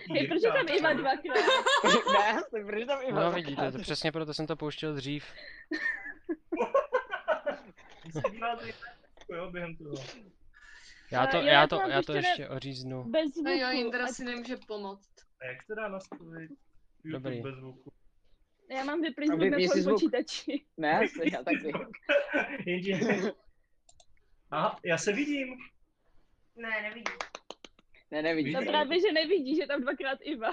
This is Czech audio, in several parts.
Hej, proč je tam Iva dvakrát? Ne, proč tam Iva No dvakrát? vidíte, to přesně proto jsem to pouštěl dřív. Vy se díváte jinak, jo, během toho. Já to, Jo, já já to, to mám já to puštěné ještě oříznu. bez zvuku. No jo, Jindra ať- si nemůže pomoct. A jak se dá nastavit YouTube Dobrý. bez zvuku? Já mám vyplý zvuk vypni na si svém zvuk. počítači. Ne, já taky. Jenže... Aha, já se vidím. Ne, nevidím. Ne, nevidíš. No právě, že nevidí, že tam dvakrát Iva.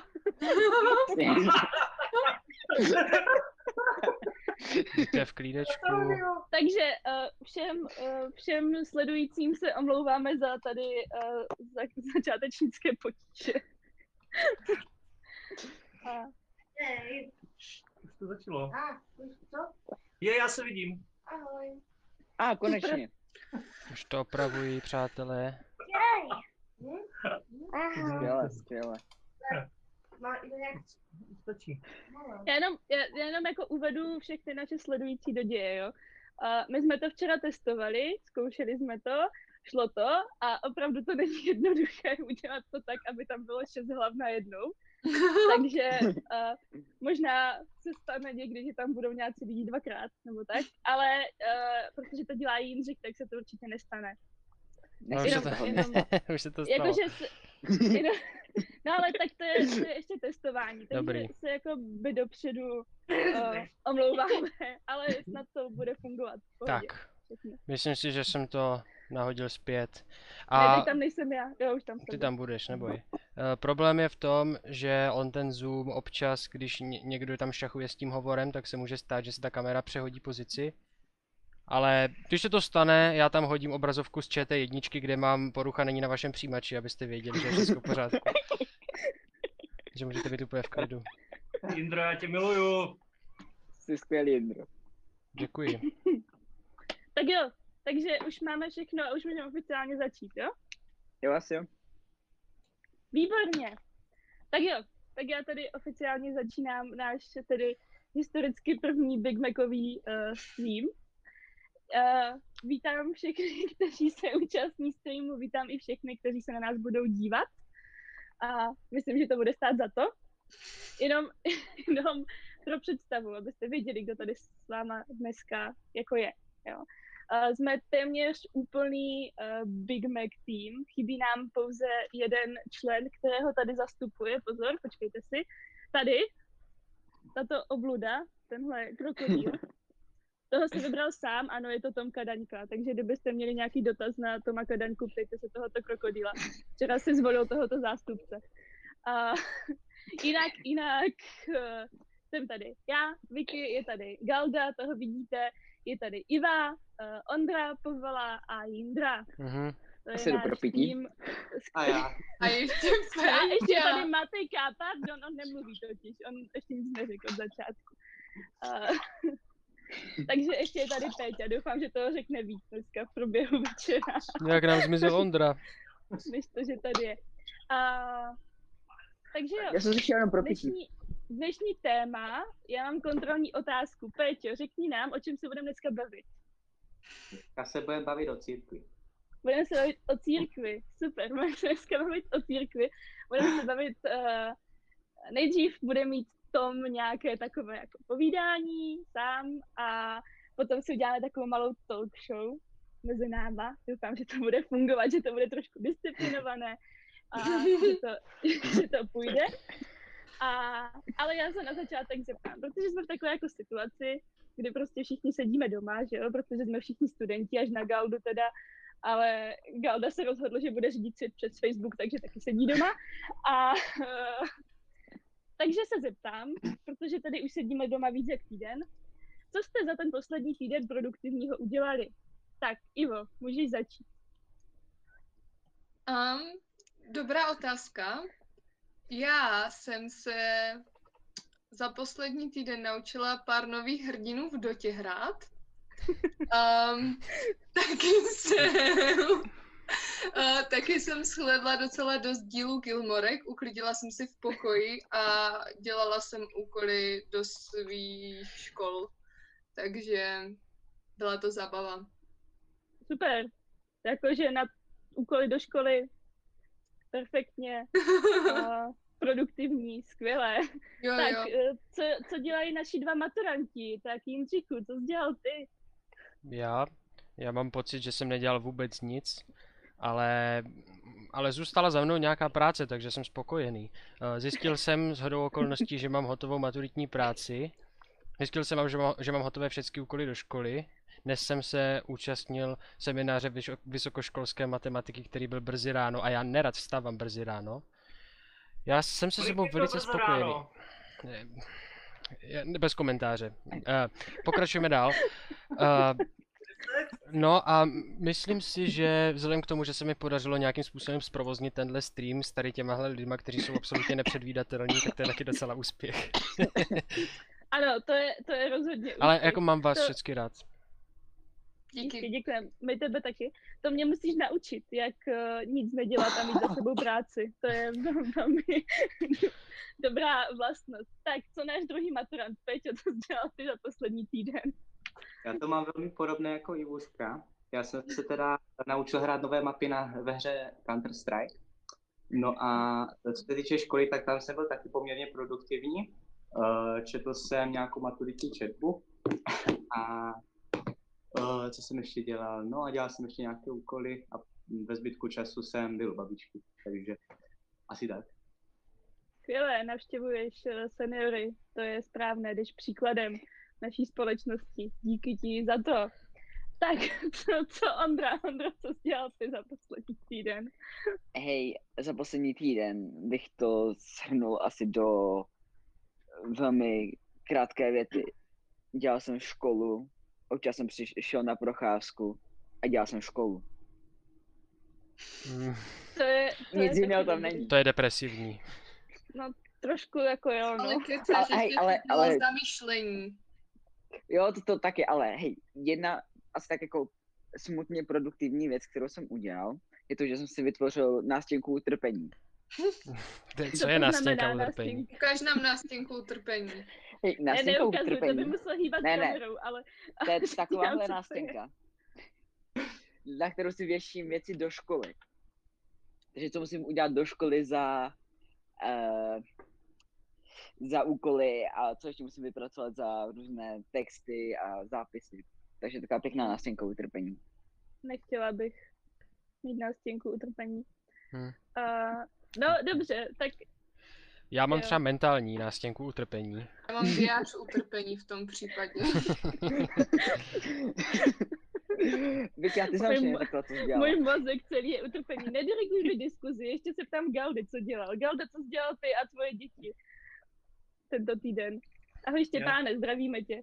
Buďte v klídečku. Takže všem sledujícím se omlouváme za tady za začátečnické potíže. A Už to začalo. Už co? Já se vidím. Ahoj. Konečně. Už to opravuji, přátelé. Skvěle, skvěle. Stačí. já jenom jako uvedu všechny naše sledující do děje, jo. My jsme to včera testovali, zkoušeli jsme to, šlo to a opravdu to není jednoduché udělat to tak, aby tam bylo 6 hlav najednou. Takže možná se stane někdy, že tam budou nějací lidi dvakrát, nebo tak, ale protože to dělá Jindřich, tak se to určitě nestane. No, už, se to, už se to stalo. Jakože no ale tak to je ještě testování, takže Dobrý. se jako by dopředu omlouváme, ale snad to bude fungovat v pohodě. Tak, Všechno. myslím si, že jsem to nahodil zpět. Ne, A teď tam nejsem já, jo, už tam jsem. ty tam budeš, neboj. Problém je v tom, že on ten zoom občas, když někdo tam šachuje s tím hovorem, tak se může stát, že se ta kamera přehodí pozici. Ale když se to stane, já tam hodím obrazovku z ČT1, kde mám porucha není na vašem přijímači, abyste věděli, že je všechno v pořádku. Že můžete být úplně v klidu. Jindro, já tě miluju. Jsi skvělý, Jindro. Děkuji. Tak jo, takže už máme všechno a už můžeme oficiálně začít, jo? Jo, asi jo. Výborně. Tak jo, tak já tady oficiálně začínám náš tedy historicky první Big Macový stream. Vítám všechny, kteří se účastní streamu, vítám i všechny, kteří se na nás budou dívat. A myslím, že to bude stát za to. Jenom pro představu, abyste věděli, kdo tady s váma dneska jako je. Jo. Jsme téměř úplný Big Mac team. Chybí nám pouze jeden člen, kterého tady zastupuje. Pozor, počkejte si. Tady, tato obluda, tenhle krokodýl. Toho si vybral sám, ano, je to Tomka Daňka, takže kdybyste měli nějaký dotaz na Toma Daňku, ptejte se tohoto krokodýla. Včera si zvolil tohoto zástupce. A jinak jsem tady já, Vicky je tady Galda, toho vidíte, je tady Iva, Ondra, Povala a Jindra. To je Asi jdu náš pro pití. tým. A já. A ještě A ještě Peťa. tady Matejka, pardon, on nemluví totiž, on ještě nic neřekl od začátku. Takže ještě je tady Péťa, doufám, že toho řekne víc dneska v průběhu večera, Jak nám zmizel Ondra. než to, že tady je. Takže jo, Já jsem si chtěl jenom pro pití. dnešní téma, já mám kontrolní otázku. Péťo, řekni nám, o čem se budeme dneska bavit. Já se budeme bavit o církvi. Budeme se bavit o církvi, super, budeme se dneska bavit o církvi. Budeme se bavit, nejdřív bude mít Tom nějaké takové jako povídání sám a potom si uděláme takovou malou talk show mezi náma. Doufám, že to bude fungovat, že to bude trošku disciplinované a že to půjde. Ale já se na začátek zeptám, protože jsme v takové jako situaci, kdy prostě všichni sedíme doma, že jo, protože jsme všichni studenti, až na Galdu teda, ale Galda se rozhodl, že bude řídit svět přes Facebook, takže taky sedí doma. Takže se zeptám, protože tady už sedíme doma víc jak týden, co jste za ten poslední týden produktivního udělali? Tak, Ivo, můžeš začít. Dobrá otázka. Já jsem se za poslední týden naučila pár nových hrdinů v Dotě hrát. Taky jsem shlédla docela dost dílů Gilmorek, uklidila jsem si v pokoji a dělala jsem úkoly do svých škol. Takže byla to zábava. Super. Jakože na úkoly do školy perfektně. produktivní, skvělé. Jo, Tak, jo. co dělají naši dva maturanti? Tak Jindřichu, co jsi dělal ty? Já mám pocit, že jsem nedělal vůbec nic, ale zůstala za mnou nějaká práce, takže jsem spokojený. Zjistil jsem shodou okolností, že mám hotovou maturitní práci. Zjistil jsem, že mám hotové všechny úkoly do školy. Dnes jsem se účastnil semináře vysokoškolské matematiky, který byl brzy ráno a já nerad vstávám brzy ráno. Já jsem se sebou velice spokojený. Bez komentáře. Pokračujeme dál. No a myslím si, že vzhledem k tomu, že se mi podařilo nějakým způsobem zprovoznit tenhle stream s tady těmahle lidma, kteří jsou absolutně nepředvídatelní, tak to je taky docela úspěch. Ano, to je rozhodně Ale úspěch. jako mám vás To- všechny rád. Díky. Děkujeme, my tebe taky. To mě musíš naučit, jak nic nedělat a mít za sebou práci. To je velmi dobrá vlastnost. Tak, co náš druhý maturant? Peťo, co jsi dělal ty za poslední týden? Já to mám velmi podobné jako Ivuška. Já jsem se teda naučil hrát nové mapy ve hře Counter-Strike. No a co se týče školy, tak tam jsem byl taky poměrně produktivní. Četl jsem nějakou maturitní četbu a co jsem ještě dělal? No a dělal jsem ještě nějaké úkoly a ve zbytku času jsem byl u babičky, takže asi tak. Skvělé, navštěvuješ seniory, to je správné, jdeš příkladem naší společnosti. Díky ti za to. Tak, co Ondra, co jsi dělal ty za poslední týden? Hej, za poslední týden bych to shrnul asi do velmi krátké věty. Dělal jsem školu, občas jsem šel na procházku a dělal jsem školu. To je Nic jiného tam taky není. To je depresivní. No, trošku jako jo, no. Ale kecáš, hej, ještě ale- to bylo ale- zamýšlení. Jo, to taky, ale hej, jedna asi tak jako smutně produktivní věc, kterou jsem udělal, je to, že jsem si vytvořil nástěnku utrpení. Co je to nástěnka znamená utrpení? nástěnka? Ukáž nám nástěnku utrpení. Hej, Ne, nástěnka neukazuj, to by utrpení, musel hýbat Ne, ne. kamerou, ale... to je říkám, takováhle co to je. nástěnka, na kterou si věším věci do školy. Takže co musím udělat do školy za úkoly a co ještě musím vypracovat za různé texty a zápisy. Takže taková pěkná nástěnka utrpení. Nechtěla bych mít nástěnku utrpení. Hm. No, dobře, tak Já mám Jo. třeba mentální nástěnku utrpení. Já mám diář utrpení v tom případě. Víš, já ty Můj samozřejmě mo- takhle, co jsi dělala. můj mozek celý je utrpení. Nediriguj diskuzi, ještě se ptám Galdy, co dělal. Galda, co jsi dělal ty a tvoje děti tento týden? Ahoj Štěpáne, zdravíme tě.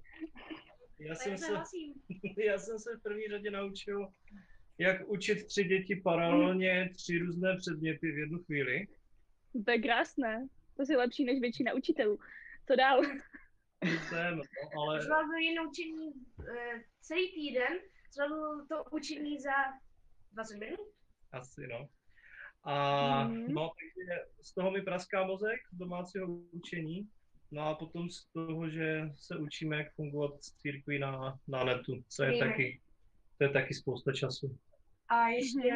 Já jsem se v první řadě naučil, jak učit 3 děti paralelně 3 různé předměty v jednu chvíli. To je krásné. To je lepší než většina učitelů. Co dál? Ale Zvládnu jen učení celý týden, zvládnu to učení za 20 minut. asi no. A Mhm. no, takže z toho mi praská mozek, z domácího učení. No a potom z toho, že se učíme, jak fungovat s církví na netu, co je Víme. taky, to je taky spousta času. A ještě...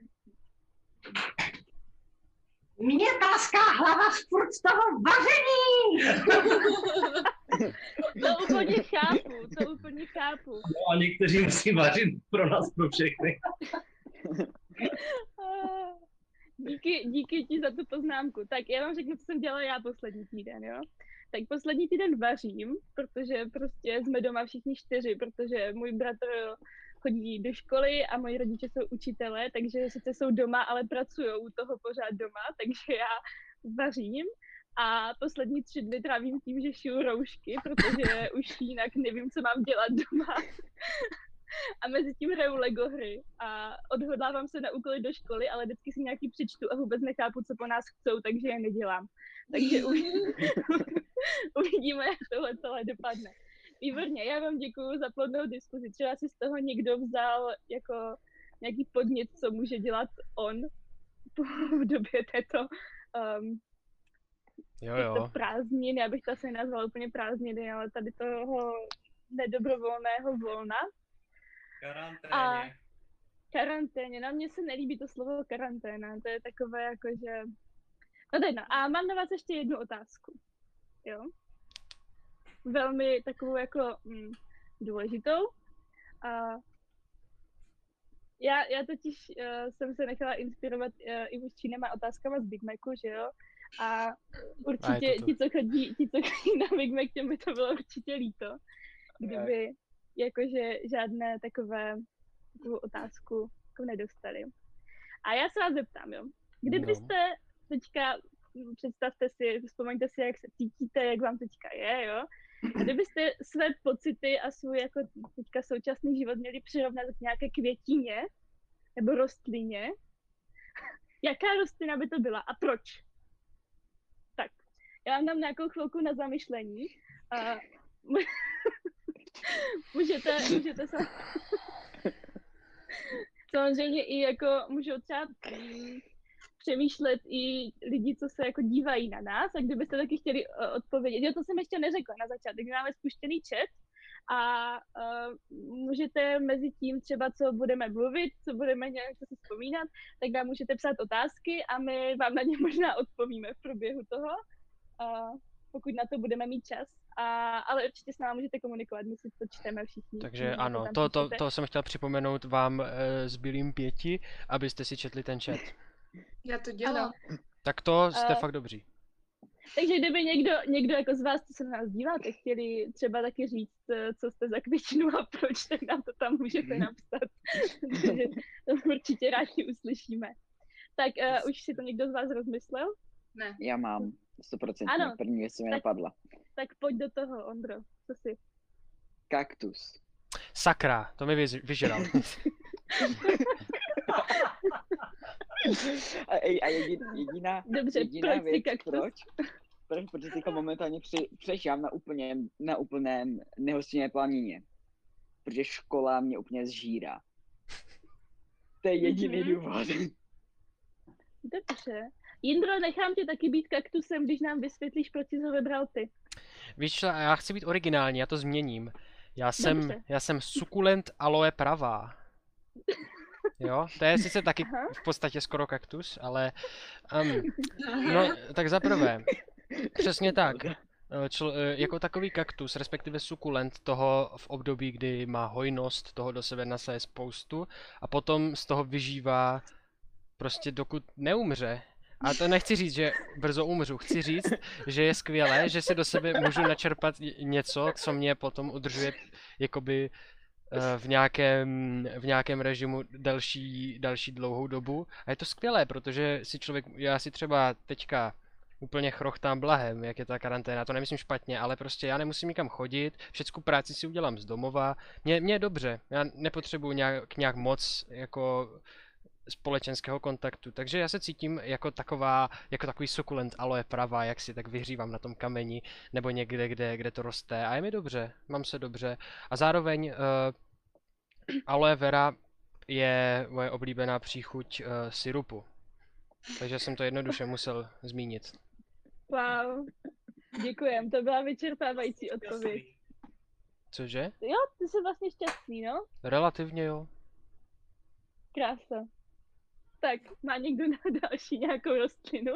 Mě praská hlava furt z toho vaření! To úplně chápu. No a někteří musí vařit pro nás, pro všechny. Díky ti za tu poznámku. Tak já vám řeknu, co jsem dělala já poslední týden, jo? Tak poslední týden vařím, protože prostě jsme doma všichni 4, protože můj bratr chodí do školy a moji rodiče jsou učitelé, takže sice jsou doma, ale pracují u toho pořád doma, takže já vařím. A poslední 3 dny trávím tím, že šiju roušky, protože už jinak nevím, co mám dělat doma. A mezi tím hraju Lego hry a odhodlávám se na úkoly do školy, ale vždycky si nějaký přečtu a vůbec nechápu, co po nás chcou, takže je nedělám. Takže uvidíme, jak tohle celé dopadne. Výborně, já vám děkuju za plodnou diskuzi. Třeba si z toho někdo vzal jako nějaký podnět, co může dělat on v době této Jo. prázdniny. Já bych to asi nazvala úplně prázdniny, ale tady toho nedobrovolného volna. Karanténě. Na mně se nelíbí to slovo karanténa. To je takové jako, že No to jedno. A mám na vás ještě jednu otázku. Jo? Velmi takovou jako důležitou. A já totiž jsem se nechala inspirovat i účinněma otázkama z Big Macu, že jo? A určitě ti, co chodí na Big Mac, těm by to bylo určitě líto, kdyby jakože žádné takovou otázku jako nedostali. A já se vás zeptám, jo. Kdybyste teďka, představte si, vzpomeňte si, jak se cítíte, jak vám teďka je, jo. A kdybyste své pocity a svůj jako teďka současný život měli přirovnat k nějaké květině nebo rostlině, jaká rostlina by to byla a proč? Tak, já vám dám nějakou chvilku na zamyšlení. A můžete samozřejmě i jako můžou třeba přemýšlet i lidi, co se jako dívají na nás, a kdybyste taky chtěli odpovědět. Jo, to jsem ještě neřekla na začátek, máme spuštěný chat a můžete mezi tím třeba, co budeme mluvit, co budeme nějak si vzpomínat, tak nám můžete psát otázky a my vám na ně možná odpovíme v průběhu toho, pokud na to budeme mít čas. Ale určitě s námi můžete komunikovat, my si to čteme všichni. Takže ano, to jsem chtěl připomenout vám s Bílým 5, abyste si četli ten chat. Já to dělám. Tak to jste fakt dobří. Takže kdyby někdo jako z vás, co se na nás díváte, chtěli třeba taky říct, co jste za květinu a proč, tak nám to tam můžete napsat. Takže to určitě rádi uslyšíme. Tak už si to někdo z vás rozmyslel? Ne. Já mám 100%, ano, první věc, co mi napadla. Tak pojď do toho, Ondro, co si? Kaktus. Sakra, to mi vyžral. A jediná věc, protože teďka momentálně přežívám na úplném nehostinné planině. Protože škola mě úplně zžírá. To je jediný důvod. Dobře. Jindro, nechám tě taky být kaktusem, když nám vysvětlíš, proč jsi ho vybral ty. Víš co, já chci být originální, já to změním. Já jsem sukulent aloe pravá. Jo, to je sice taky v podstatě skoro kaktus, ale no, tak zaprvé, přesně tak. Jako takový kaktus, respektive sukulent toho v období, kdy má hojnost, toho do sebe nasaje spoustu a potom z toho vyžívá prostě dokud neumře. A to nechci říct, že brzo umřu, chci říct, že je skvělé, že si do sebe můžu načerpat něco, co mě potom udržuje jakoby v nějakém režimu další dlouhou dobu. A je to skvělé, protože si já si třeba teďka úplně chrochtám blahem, jak je ta karanténa, to nemyslím špatně, ale prostě já nemusím nikam chodit, všecku práci si udělám z domova, mě je dobře, já nepotřebuji nějak moc jako společenského kontaktu, takže já se cítím jako takový sukulent aloe pravá, jak si tak vyhřívám na tom kameni, nebo někde, kde to roste a je mi dobře, mám se dobře a zároveň aloe vera je moje oblíbená příchuť sirupu, takže jsem to jednoduše musel zmínit. Wow, děkujem, to byla vyčerpávající odpověď. Cože? Jo, ty jsi vlastně šťastný, no? Relativně jo. Krása. Tak, má někdo na další nějakou rostlinu?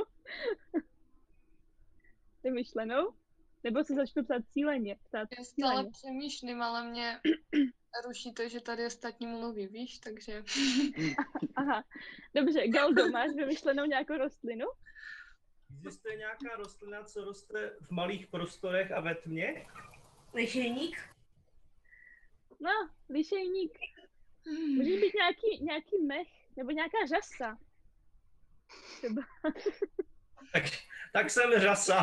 Vymyšlenou? Nebo se začnu ptát cíleně? Já stále přemýšlím, ale mě ruší to, že tady ostatní mluví, víš, takže... Aha, dobře, Galdo, máš vymyšlenou nějakou rostlinu? Existuje nějaká rostlina, co roste v malých prostorech a ve tmě? Lišejník? No, lišejník. Může být nějaký mech, nebo nějaká řasa. Třeba. Tak jsem řasa.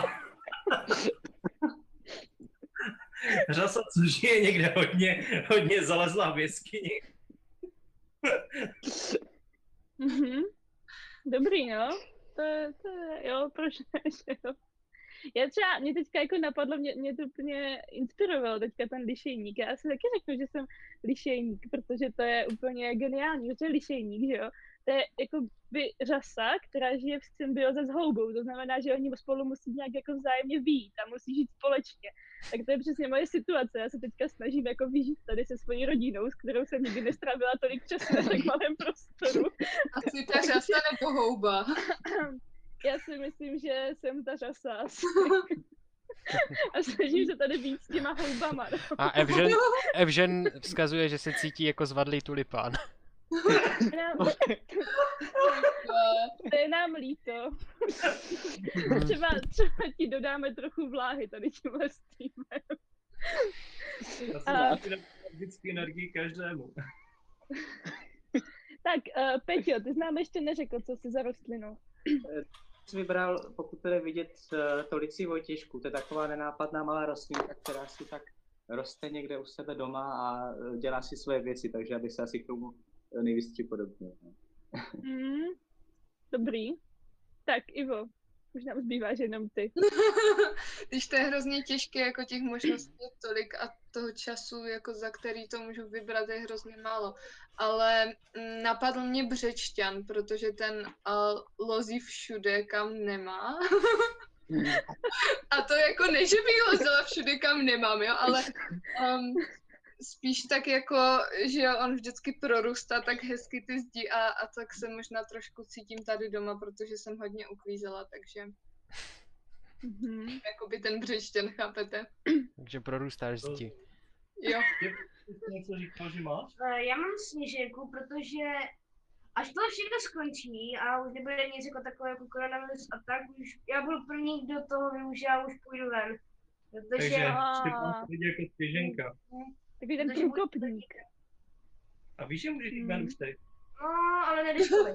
Řasa, co žije někde hodně zalezla v jeskyni. Dobrý, no. To jo, proč ne, že jo. Mě teďka jako napadlo, mě to úplně inspirovalo teďka ten lišejník. Já si taky řeknu, že jsem lišejník, protože to je úplně geniální, protože lišejník, že jo. To je jako by řasa, která žije v symbioze s houbou, to znamená, že oni spolu musí nějak jako vzájemně vyjít a musí žít společně. Tak to je přesně moje situace, já se teďka snažím jako vyžít tady se svojí rodinou, s kterou jsem nikdy nestrávila tolik času na tak malém prostoru. Asi ta řasa nebo houba? Já si myslím, že jsem ta řasa asi. A snažím se tady být s těma houbama. No. A Evžen vzkazuje, že se cítí jako zvadlý tulipán. To je nám líto. Třeba ti dodáme trochu vláhy tady tímhle streamem. Já jsem vždycky energii každému. Tak, Peťo, ty jsi nám ještě neřekl, co jsi za rostlinu. Jsem vybral, pokud to jde vidět, Tolicí Vojtěšku, to je taková nenápadná malá rostlinka, která si tak roste někde u sebe doma a dělá si svoje věci, takže aby se asi k tomu nejvíc připodobnil. Dobrý. Tak, Ivo, už nám zbývá, že jenom ty. Když to je hrozně těžké, jako těch možností je tolik a toho času, jako za který to můžu vybrat, je hrozně málo. Ale napadl mě břečťan, protože ten lozí všude, kam nemá. A to jako ne, že bych lozila všude, kam nemám, jo, ale spíš tak jako, že on vždycky prorůstá tak hezky ty zdi a tak se možná trošku cítím tady doma, protože jsem hodně uklízela, takže jakoby ten břečtěn, chápete? Takže prorůstáš zdi. Jo. Něco říkal, že máš? Já mám sněženku, protože až to všechno skončí a už nebude nic jako takové jako koronavirus a tak, už já budu první, kdo toho využije a už půjdu ven. Protože... Takže Štěpán se vidí jako stěženka. Takový ten průkopník. A víš, že můžeš jít ven už teď? No, ale ne do školy.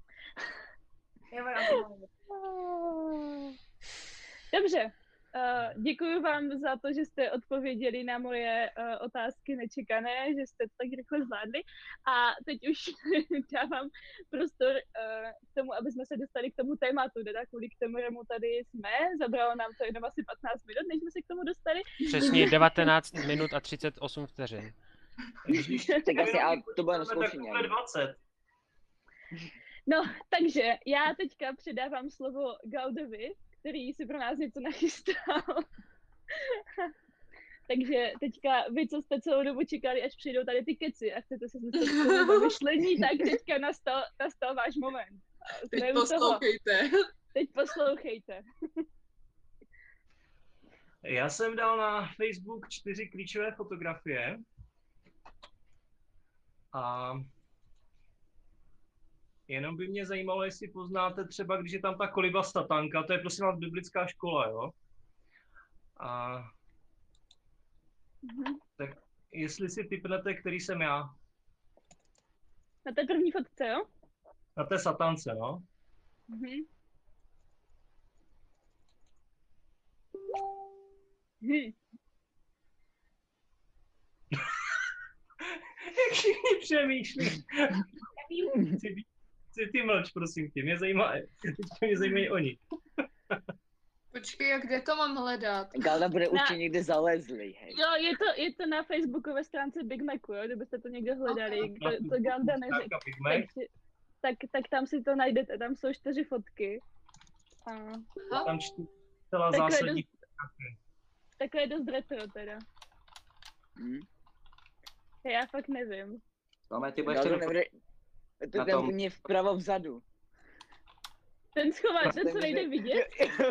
Dobře. Děkuji vám za to, že jste odpověděli na moje otázky nečekané, že jste to tak rychle zvládli. A teď už dávám prostor k tomu, aby jsme se dostali k tomu tématu, teda kvůli kterému tady jsme. Zabralo nám to jenom asi 15 minut, než jsme se k tomu dostali. Přesně 19 minut a 38 vteřin. Tak asi, ale to bude na zkoušení. 20. No, takže já teďka předávám slovo Gaudovi, který si pro nás něco nachystal. Takže teďka vy, co jste celou dobu čekali, až přijdou tady ty keci a chcete se dostat k tomu zamyšlení, tak teďka nastal váš moment. Teď poslouchejte. Teď poslouchejte. Já jsem dal na Facebook 4 klíčové fotografie. A jenom by mě zajímalo, jestli poznáte třeba, když je tam ta koliba Satanka, to je prosím vás biblická škola, jo? A tak jestli si tipnete, který jsem já. Na té první fotce, jo? Na té Satance, no. Jak všichni přemýšlí. Ty mlč, prosím tě, mě zajímají oni. Počkej, a kde to mám hledat? Galda bude určitě někde zalezlý, hej. Jo, je to na facebookové stránce Big Macu, jo, kdybyste to někde hledali, to Galda neřekl. Tak tam si to najdete, tam jsou 4 fotky. Tam celá zásadní fotografie. Takové dost retro teda. Já fakt nevím. Máme ty budeš to tam u mě vpravo vzadu. Ten schováč, ten co nejde vidět?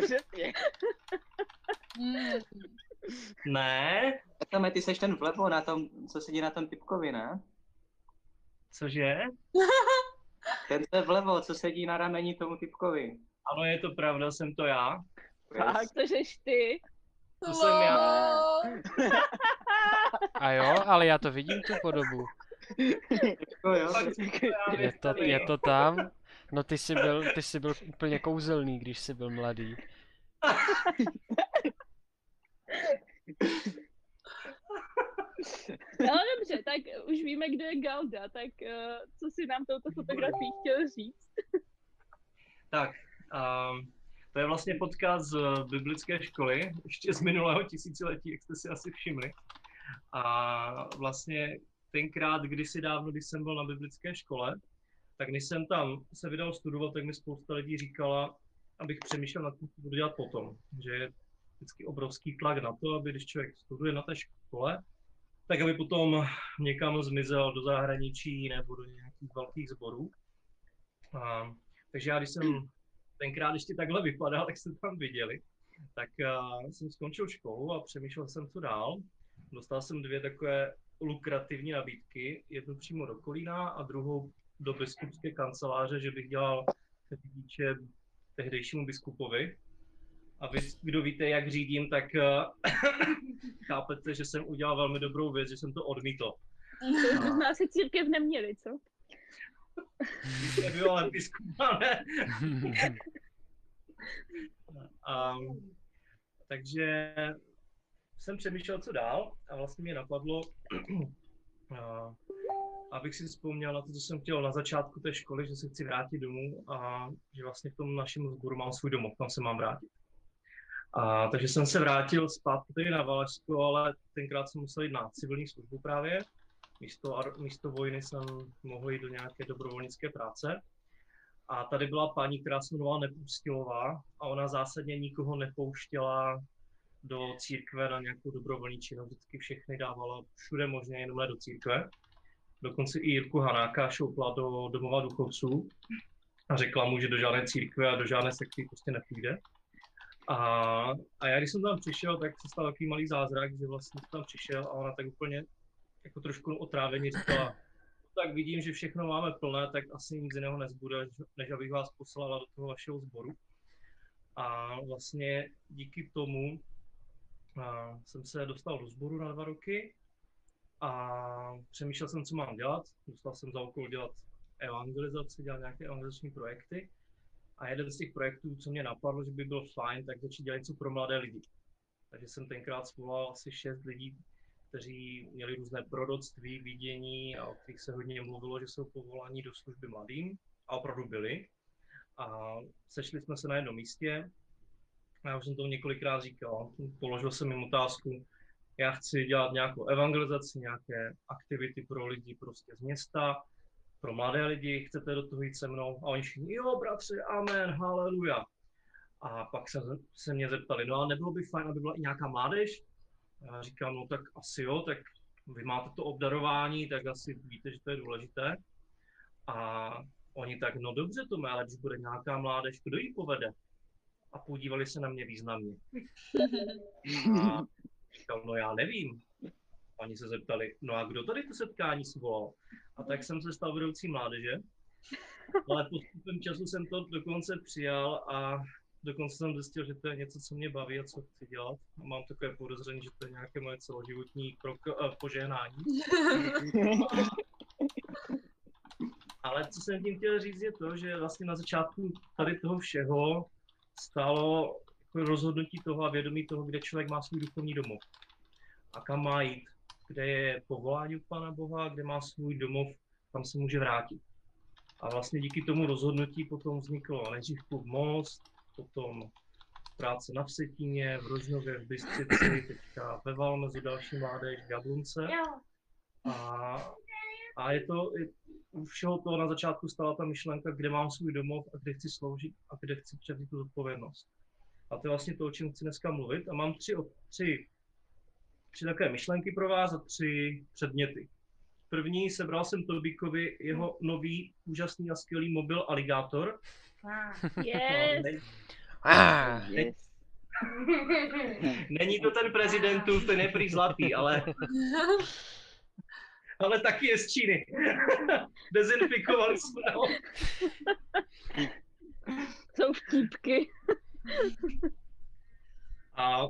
Ne. Tam ty seš ten vlevo na tom, co sedí na tom typkovi, ne? Cože? Ten co je vlevo, co sedí na rameni tomu typkovi. Ano, je to pravda, jsem to já. Tak, to žeš ty. To jsem já. A jo, ale já to vidím tu podobu. Je to tam? No ty jsi byl úplně kouzelný, když jsi byl mladý. No dobře, tak už víme, kdo je Galda, tak co si nám touto fotografií chtěl říct? Tak, to je vlastně fotka z biblické školy, ještě z minulého tisíciletí, jak jste si asi všimli. A vlastně tenkrát, kdysi dávno, když jsem byl na biblické škole, tak než jsem tam se vydal studovat, tak mi spousta lidí říkala, abych přemýšlel nad tím, co budu dělat potom. Že je vždycky obrovský tlak na to, aby když člověk studuje na té škole, tak aby potom někam zmizel do zahraničí nebo do nějakých velkých sborů. Takže já, když jsem tenkrát ještě takhle vypadal, jak jste tam viděli, tak jsem skončil školu a přemýšlel jsem, co dál. Dostal jsem 2 takové lukrativní nabídky, jednu přímo do Kolína a druhou do biskupské kanceláře, že bych dělal řidiče tehdejšímu biskupovi. A vy, kdo víte, jak řídím, tak chápete, že jsem udělal velmi dobrou věc, že jsem to odmítl. To jsme asi církev neměli, co? Nebyl, ale biskupa ne. Takže jsem přemýšlel, co dál a vlastně mě napadlo, abych si vzpomněl na to, co jsem chtěl na začátku té školy, že se chci vrátit domů a že vlastně v tom našem sboru mám svůj domov, tam se mám vrátit. Takže jsem se vrátil zpátky tady na Valašsko, ale tenkrát jsem musel jít na civilní službu právě. Místo vojny jsem mohl jít do nějaké dobrovolnické práce. A tady byla paní, která se jmenovala Nepoustilová a ona zásadně nikoho nepouštěla do církve na nějakou dobrovolní činnost. Vždycky všechny dávala všude možně, jenom ne do církve. Dokonce i Jirku Hanáka šoupla do domova důchodců a řekla mu, že do žádné církve a do žádné sekty prostě nepůjde. A já, když jsem tam přišel, tak se stal takový malý zázrak, že vlastně jsem tam přišel a ona tak úplně jako trošku otráveně říkala, tak vidím, že všechno máme plné, tak asi nic jiného nezbude, než abych vás poslala do toho vašeho sboru. A vlastně díky tomu jsem se dostal do sboru na 2 roky a přemýšlel jsem, co mám dělat. Dostal jsem za úkol dělat evangelizaci, dělat nějaké evangelizační projekty. A jeden z těch projektů, co mě napadlo, že by byl fajn, tak začít dělat něco pro mladé lidi. Takže jsem tenkrát svolal asi 6 lidí, kteří měli různé proroctví, vidění a o kterých se hodně mluvilo, že jsou povoláni do služby mladým. A opravdu byli. A sešli jsme se na jednom místě. A já už jsem to několikrát říkal. Položil jsem jim otázku, já chci dělat nějakou evangelizaci, nějaké aktivity pro lidi prostě z města, pro mladé lidi, chcete do toho jít se mnou? A oni všichni, jo, bratře, amen, haleluja. A pak se mě zeptali, no a nebylo by fajn, aby byla i nějaká mládež? A já říkám, no tak asi jo, tak vy máte to obdarování, tak asi víte, že to je důležité. A oni tak, no dobře, Tome, ale když bude nějaká mládež, kdo ji povede? A podívali se na mě významně. A říkám, no já nevím. Oni se zeptali, no a kdo tady to setkání svolal? A tak jsem se stal vedoucí mládeže, ale postupem času jsem to dokonce přijal a dokonce jsem zjistil, že to je něco, co mě baví a co chci dělat. A mám takové podezření, že to je nějaké moje celoživotní požehnání. Ale co jsem tím chtěl říct je to, že vlastně na začátku tady toho všeho stálo rozhodnutí toho a vědomí toho, kde člověk má svůj duchovní domov a kam má jít, kde je povolání od Pána Boha, kde má svůj domov, tam se může vrátit. A vlastně díky tomu rozhodnutí potom vzniklo nejdřív klub Most, potom práce na Vsetíně, v Rožnově, v Bystřici, teďka ve Valmezu, další mládež, v Jablunce. A je to, u všeho toho na začátku stala ta myšlenka, kde mám svůj domov a kde chci sloužit a kde chci převzít tu zodpovědnost. A to je vlastně to, o čem chci dneska mluvit. A mám tři takové myšlenky pro vás a 3 předměty. První, sebral jsem Tobíkovi jeho nový, úžasný a skvělý mobil Alligator. Yes. Yes. Není to ten prezidentův, ten je prý zlatý, ale taky je z Číny. Dezinfikovali jsme ho. Jsou vtípky. A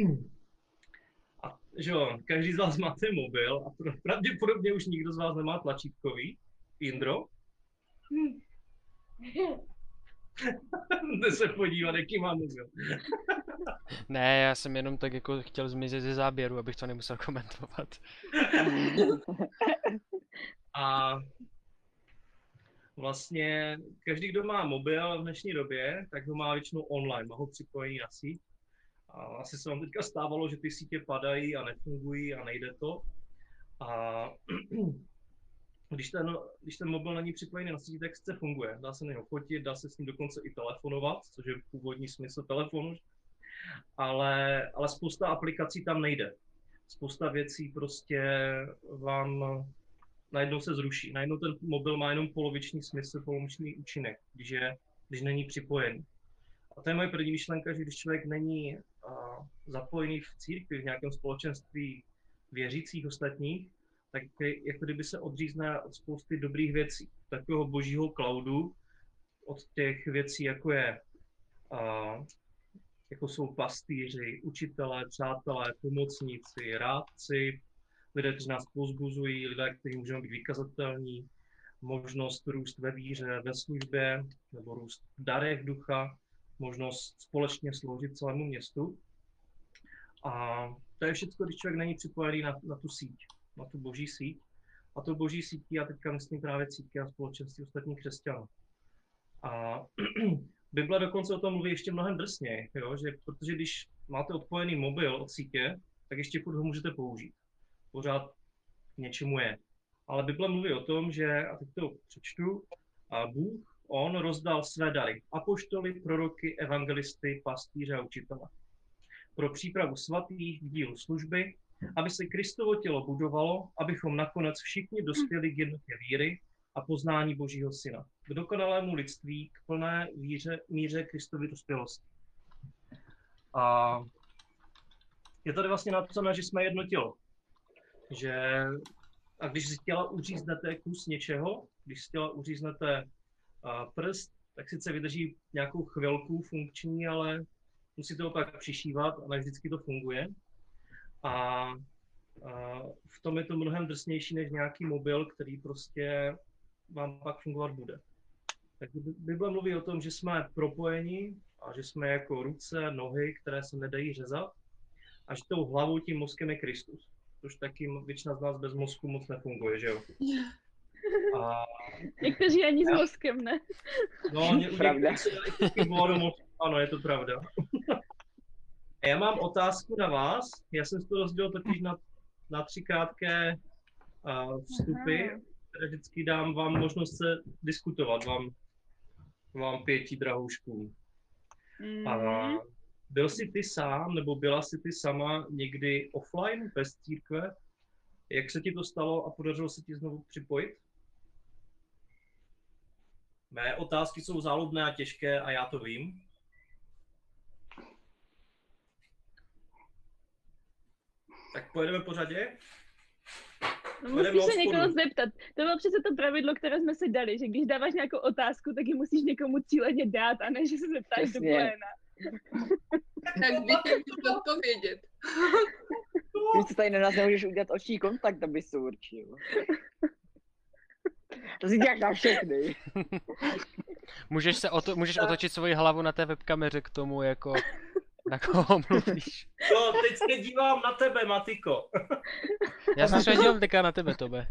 že jo, každý z vás máte mobil a pravděpodobně už nikdo z vás nemá tlačítkový. Jindro? Jde se podívat, jaký má mobil. Ne, já jsem jenom tak jako chtěl zmizet ze záběru, abych to nemusel komentovat. A vlastně každý, kdo má mobil v dnešní době, tak ho má většinou online, má ho připojený na síť. A asi se vám teďka stávalo, že ty sítě padají a nefungují a nejde to. A když ten mobil není připojený na síť, tak sice funguje. Dá se na něho fotit, dá se s ním dokonce i telefonovat, což je původní smysl telefonu. Ale spousta aplikací tam nejde. Spousta věcí prostě vám najednou se zruší. Najednou ten mobil má jenom poloviční smysl, poloviční účinek, když není připojený. A to je moje první myšlenka, že když člověk není zapojený v církvi, v nějakém společenství věřících ostatních, tak jako kdyby se odřízne od spousty dobrých věcí. Takového božího cloudu, od těch věcí, jako jsou pastýři, učitelé, přátelé, pomocníci, rádci, lidé, kteří nás povzbuzují, lidé, kteří můžeme být vykazatelní, možnost růst ve víře, ve službě, nebo růst v darech ducha, možnost společně sloužit celému městu. A to je všechno, když člověk není připojený na tu síť, na tu boží síť. A to boží sítí, já teďka myslím právě církvi a společenství ostatních křesťanů. A Bible dokonce o tom mluví ještě mnohem drsněji, že protože když máte odpojený mobil od sítě, tak ještě furt ho můžete použít. Pořád k něčemu je. Ale Bible mluví o tom, že, a teď to přečtu, a Bůh, on rozdal své dary. Apoštoly, proroky, evangelisty, pastýře a učitele. Pro přípravu svatých k dílu služby, aby se Kristovo tělo budovalo, abychom nakonec všichni dospěli k jednotě víry a poznání Božího Syna, k dokonalému lidství, k plné míře Kristovy dospělosti. A je tady vlastně napsáno, že jsme jedno tělo. A když z těla uříznete kus něčeho, když z těla uříznete prst, tak sice vydrží nějakou chvilku funkční, ale musíte ho pak přišívat a ne vždycky to funguje. A v tom je to mnohem drsnější než nějaký mobil, který prostě vám pak fungovat bude. Takže Bible mluví o tom, že jsme propojeni a že jsme jako ruce, nohy, které se nedají řezat a že tou hlavou, tím mozkem je Kristus. Což taky většina z nás bez mozku moc nefunguje, že jo? A... Někteří ani s mozkem, ne? No, pravda. Ano, je to pravda. A já mám otázku na vás. Já jsem si to rozdělil totiž na 3 krátké vstupy, které vždycky dám vám možnost se diskutovat, vám 5 drahouškům. A byl jsi ty sám, nebo byla jsi ty sama někdy offline, bez církve? Jak se ti to stalo a podařilo se ti znovu připojit? Mé otázky jsou záludné a těžké a já to vím. Tak pojedeme po řadě? No, musíš se někoho zeptat. To bylo přece to pravidlo, které jsme si dali, že když dáváš nějakou otázku, tak ji musíš někomu cíleně dát, a ne, že se zeptáš do pléna. Tak by tě můžu odpovědět. Ty tady na nás nemůžeš udělat oční kontakt, aby se určil. To si děláš na všechny. Můžeš otočit svoji hlavu na té webkameře k tomu, jako na koho mluvíš. No, teď se dívám na tebe, Matiko. Já se třeba dívám teďka na tebe, Tobe.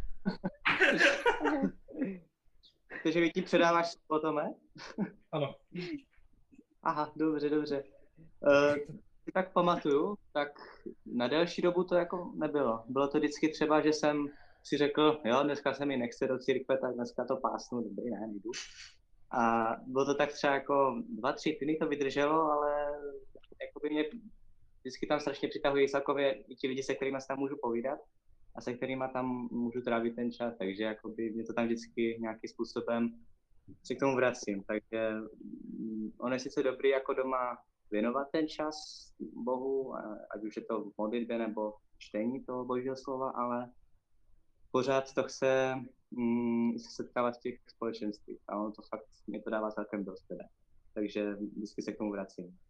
Takže vy ti předáváš slovo, Tome? Ano. Aha, dobře. Si tak pamatuju, tak na delší dobu to jako nebylo. Bylo to vždycky třeba, že jsem si řekl, jo, dneska se mi nechce do církve, tak dneska to pásnu, dobrý, ne, nejdu. A bylo to tak třeba jako 2-3 týdny to vydrželo, ale jako by mě vždycky tam strašně přitahují celkově i ti lidi, se kterými se tam můžu povídat a se kterými tam můžu trávit ten čas, takže jako by mě to tam vždycky nějakým způsobem se k tomu vracím. Takže on je sice dobrý jako doma věnovat ten čas Bohu, ať už je to v modlitbě nebo čtení toho Božího slova, ale pořád to chce se setkávat v těch společenstvích a ono to fakt mě to dává celkem dost teda. Takže vždycky se k tomu vracím.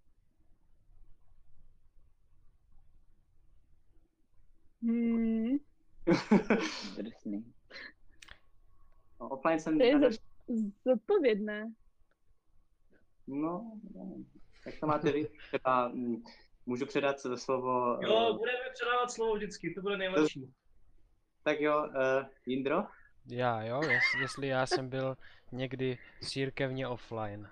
Drsný. No, offline jsem... To je zodpovědné. No, tak to máte vy. Třeba můžu předat slovo... Jo, budeme předávat slovo vždycky, to bude nejlepší. Tak jo, Jindro? Jo, jestli já jsem byl někdy církevně offline.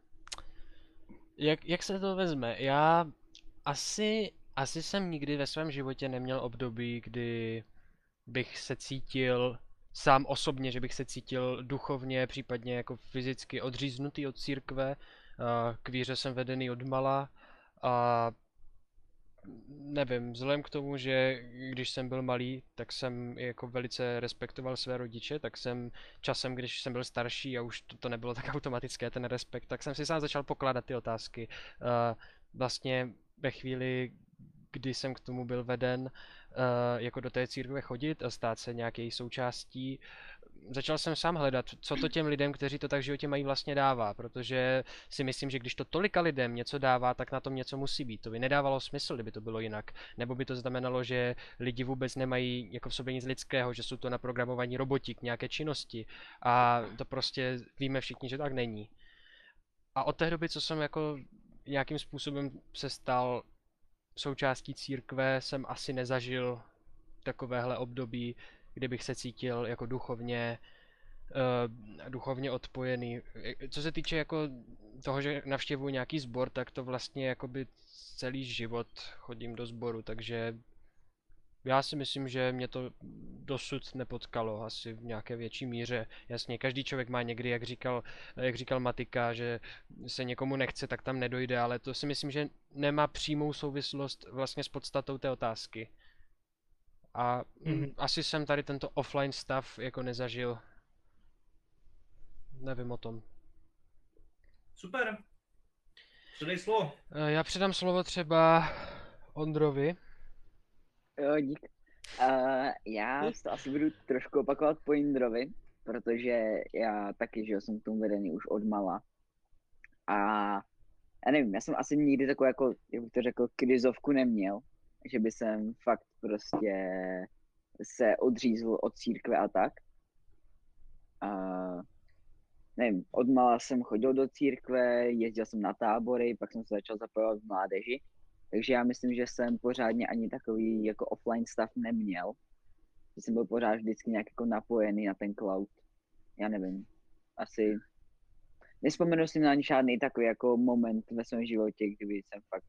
Jak se to vezme? Já asi jsem nikdy ve svém životě neměl období, kdy bych se cítil sám osobně, že bych se cítil duchovně, případně jako fyzicky odříznutý od církve. K víře jsem vedený odmala a nevím, vzhledem k tomu, že když jsem byl malý, tak jsem jako velice respektoval své rodiče, tak jsem časem, když jsem byl starší a už to nebylo tak automatické, ten respekt, tak jsem si sám začal pokládat ty otázky. Vlastně ve chvíli, kdy jsem k tomu byl veden, jako do té církve chodit a stát se nějaké její součástí, začal jsem sám hledat, co to těm lidem, kteří to tak v životě mají, vlastně dává, protože si myslím, že když to tolika lidem něco dává, tak na tom něco musí být. To by nedávalo smysl, kdyby to bylo jinak. Nebo by to znamenalo, že lidi vůbec nemají jako v sobě nic lidského, že jsou to naprogramovaní roboti k nějaké činnosti. A to prostě víme všichni, že tak není. A od té doby, co jsem jako nějakým způsobem se stal součástí církve, jsem asi nezažil takovéhle období, kdybych se cítil jako duchovně odpojený. Co se týče jako toho, že navštěvuji nějaký sbor, tak to vlastně jakoby celý život chodím do sboru, takže já si myslím, že mě to dosud nepotkalo asi v nějaké větší míře. Jasně, každý člověk má někdy, jak říkal Matika, že se někomu nechce, tak tam nedojde, ale to si myslím, že nemá přímou souvislost vlastně s podstatou té otázky. A asi jsem tady tento offline stav jako nezažil. Nevím o tom. Super. Předej slovo. Já předám slovo třeba Ondrovi. Jo, dík. Já to asi budu trošku opakovat po Jindrovi, protože já taky, že jsem k tomu vedený už od mala. A já nevím, já jsem asi nikdy takovou, jako, jak bych to řekl, krizovku neměl, že by jsem fakt prostě se odřízl od církve a tak. Nevím, od mala jsem chodil do církve, jezdil jsem na tábory, pak jsem se začal zapojovat v mládeži. Takže já myslím, že jsem pořádně ani takový jako offline stav neměl. Že jsem byl pořád vždycky nějak jako napojený na ten cloud. Já nevím, asi nespomenu si na ani žádný takový jako moment ve svém životě, kdyby jsem fakt,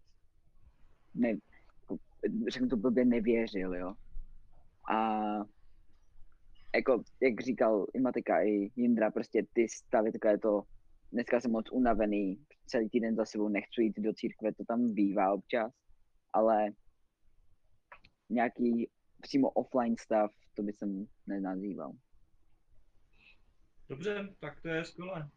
řeknu to blbě, nevěřil, jo. A jako, jak říkal i Matika, i Jindra, prostě ty stavy, takové to, dneska jsem moc unavený, celý týden za sebou nechci jít do církve, to tam bývá občas, ale nějaký přímo offline stav, to by jsem nenazýval. Dobře, tak to je skvělé.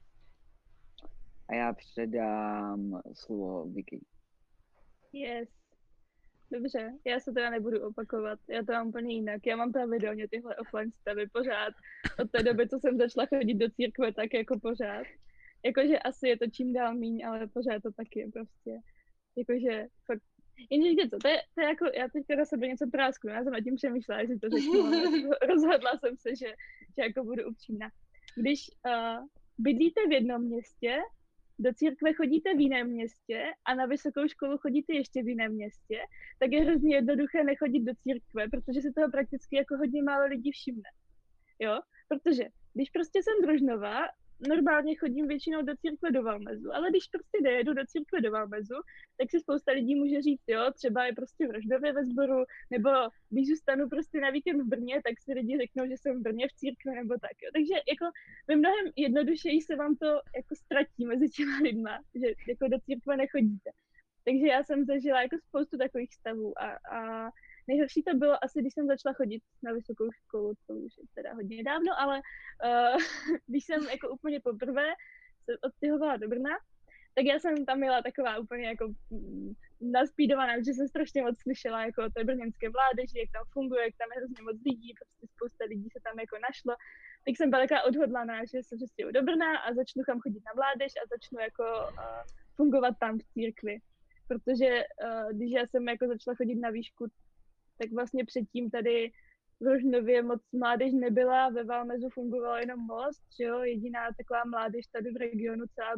A já předám slovo Vicky. Yes. Dobře, já se teda nebudu opakovat, já to mám úplně jinak. Já mám pravidelně tyhle offline stavy pořád. Od té doby, co jsem začala chodit do církve, tak jako pořád. Jakože asi je to čím dál míň, ale pořád to taky je prostě. Jakože fakt. Jenže víte co, to je jako, já teďka na sebe něco prásknu, já jsem nad tím přemýšlela, jestli to řeknu, ale rozhodla jsem se, že jako budu upřímná. Když bydlíte v jednom městě, do církve chodíte v jiném městě a na vysokou školu chodíte ještě v jiném městě, tak je hrozně jednoduché nechodit do církve, protože se toho prakticky jako hodně málo lidí všimne. Jo? Protože když prostě jsem Drožnová, normálně chodím většinou do církve do Valmezu, ale když prostě nejedu do církve do Valmezu, tak si spousta lidí může říct, jo, třeba je prostě v Rožnově ve sboru, nebo když zůstanu prostě na víkend v Brně, tak si lidi řeknou, že jsem v Brně v církvi, nebo tak, jo. Takže jako ve mnohem jednodušeji se vám to jako ztratí mezi těma lidma, že jako do církve nechodíte. Takže já jsem zažila jako spoustu takových stavů a nejhorší to bylo asi, když jsem začala chodit na vysokou školu, to už je teda hodně dávno, ale když jsem jako úplně poprvé se odstěhovala do Brna, tak já jsem tam měla taková úplně jako naspídovaná, že jsem strašně moc slyšela jako o té brněnské mládeži, jak tam funguje, jak tam je hrozně moc lidí, prostě spousta lidí se tam jako našlo. Tak jsem byla taková odhodlaná, že se přestěhuji do Brna a začnu tam chodit na mládež a začnu jako fungovat tam v církvi. Protože když já jsem jako začala chodit na výšku, tak vlastně předtím tady v Rožnově moc mládež nebyla, ve Valmezu fungoval jenom Most, že jo, jediná taková mládež tady v regionu celá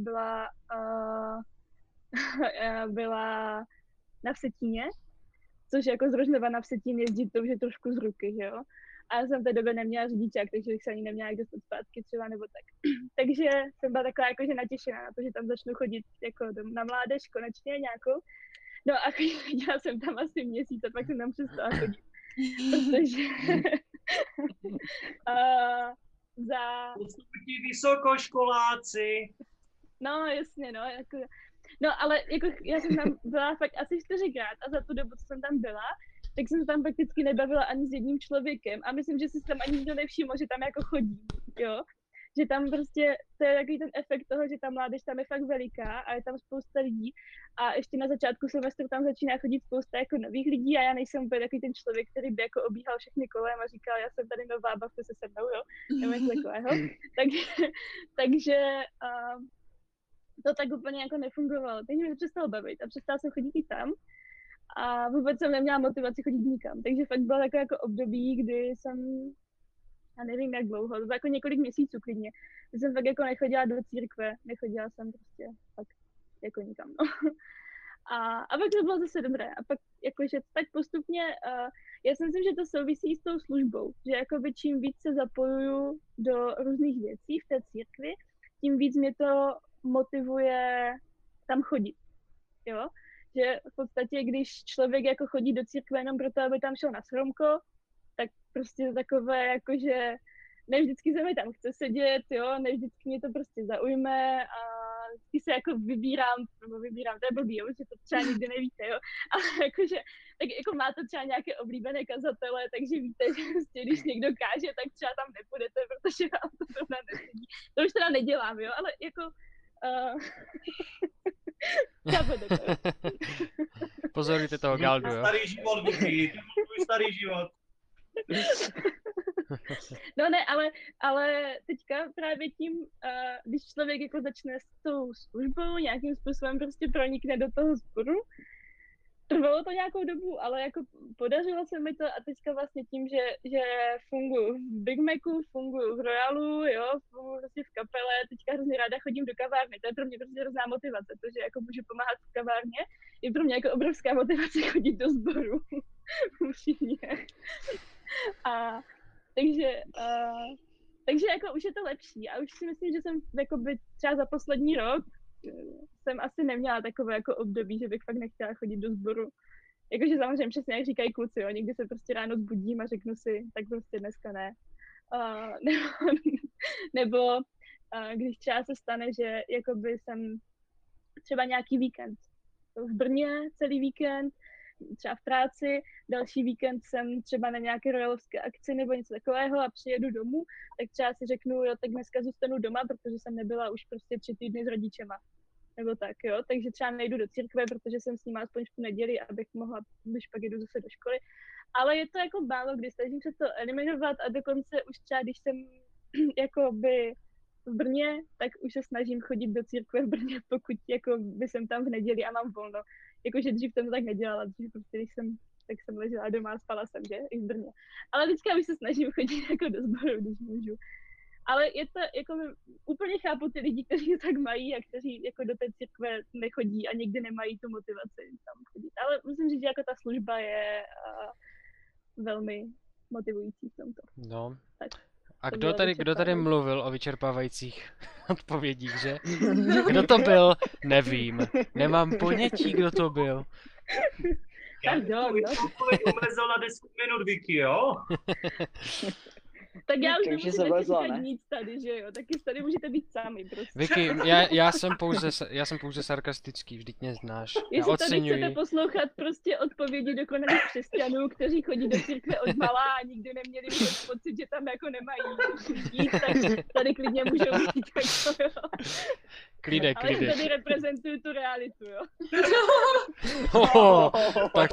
byla na Vsetíně, což jako z Rožnova na Vsetín jezdit to už je trošku z ruky, že jo. A já jsem v té době neměla řidičák, takže bych se ani neměla jak dostat zpátky třeba nebo tak. Takže jsem byla taková jakože natěšená na to, že tam začnu chodit jako na mládež konečně nějakou. No a chodila jsem tam asi měsíc a pak jsem tam přestala chodit. Protože Ti vysokoškoláci. No jasně, no, jako, No, ale jako já jsem tam byla fakt asi 4krát a za tu dobu, co jsem tam byla, tak jsem se tam prakticky nebavila ani s jedním člověkem a myslím, že si tam ani nikdo nevšiml, že tam jako chodí, jo. Že tam prostě, to je takový ten efekt toho, že ta mládež tam je fakt veliká a je tam spousta lidí a ještě na začátku semestru tam začíná chodit spousta jako nových lidí a já nejsem úplně takový ten člověk, který by jako obíhal všechny kolem a říkal, já jsem tady nová, bavte se se mnou, jo, nebo něco takového. Takže to tak úplně jako nefungovalo, takže mi to přestalo bavit a přestala jsem chodit i tam a vůbec jsem neměla motivaci chodit nikam, takže fakt bylo takové jako období, kdy jsem, já nevím jak dlouho, to bylo jako několik měsíců klidně, kdy jsem fakt jako nechodila do církve, nechodila jsem prostě fakt jako nikam, no. A pak to bylo zase dobré a pak jakože tak postupně, já si myslím, že to souvisí s tou službou, že jakoby čím víc se zapojuju do různých věcí v té církvi, tím víc mě to motivuje tam chodit, jo. Že v podstatě, když člověk jako chodí do církve jenom proto, aby tam šel na shromko, tak prostě takové jakože ne vždycky se mi tam chce sedět, jo, ne vždycky mě to prostě zaujme a vždycky se jako vybírám, to je blbý, jo, že to třeba nikdy nevíte, jo, ale jakože, tak jako máte třeba nějaké oblíbené kazatele, takže víte, že prostě když někdo káže, tak třeba tam nepůjdete, protože vám to zrovna nesedí. To už teda nedělám, jo, ale jako Pozorujte toho Galdu, jo. Starý život, Vicky, tvůj starý život. No ne, ale teďka právě tím, když člověk jako začne s tou službou, nějakým způsobem prostě pronikne do toho sboru, trvalo to nějakou dobu, ale jako podařilo se mi to a teďka vlastně tím, že funguji v Big Macu, funguji v Royalu, jo, funguji prostě v kapele, teďka hrozně ráda chodím do kavárny, to je pro mě prostě hrozná motivace, to, že jako můžu pomáhat v kavárně, je pro mě jako obrovská motivace chodit do sboru, upřímně. Takže jako už je to lepší a už si myslím, že jsem jakoby třeba za poslední rok jsem asi neměla takové jako období, že bych fakt nechtěla chodit do sboru. Jakože samozřejmě přesně jak říkají kluci, jo, někdy se prostě ráno zbudím a řeknu si, tak prostě dneska ne. Nebo když třeba se stane, že jakoby jsem třeba nějaký víkend v Brně celý víkend, třeba v práci, další víkend jsem třeba na nějaké royalovské akci nebo něco takového a přijedu domů, tak třeba si řeknu, jo, tak dneska zůstanu doma, protože jsem nebyla už prostě 3 týdny s rodičema. Nebo tak, jo, takže třeba nejdu do církve, protože jsem s nimi aspoň v tu neděli, abych mohla, když pak jdu zase do školy. Ale je to jako málo, kdy snažím se to eliminovat a dokonce už třeba, když jsem jakoby v Brně, tak už se snažím chodit do církve v Brně, pokud jako by jsem tam v neděli a mám volno. Jakože dřív jsem to tak nedělala, dřív prostě, když jsem ležela doma a spala jsem, že, i v Brně. Ale teďka už se snažím chodit jako do sboru, když můžu. Ale je to, jako úplně chápu ty lidi, kteří to tak mají a kteří jako do té církve nechodí a někdy nemají tu motivaci tam chodit. Ale musím říct, že jako ta služba je velmi motivující v tomto. No. Tak, a to kdo tady mluvil o vyčerpávajících odpovědích, že? Kdo to byl? Nevím. Nemám ponětí, kdo to byl. Já bych odpověď omezil na 10 minut, Vicky, jo? Tak já už nemusím říkat nic tady, že jo? Taky tady můžete být sami, prostě. Vicky, já jsem pouze sarkastický, vždyť mě znáš. Jestli tady chcete poslouchat prostě odpovědi dokonalých křesťanů, kteří chodí do církve od malá a nikdy neměli pocit, že tam jako nemají jít, tak tady klidně můžou být, jako jo. Klidek. Ale já tady reprezentuju tu realitu, jo. Tak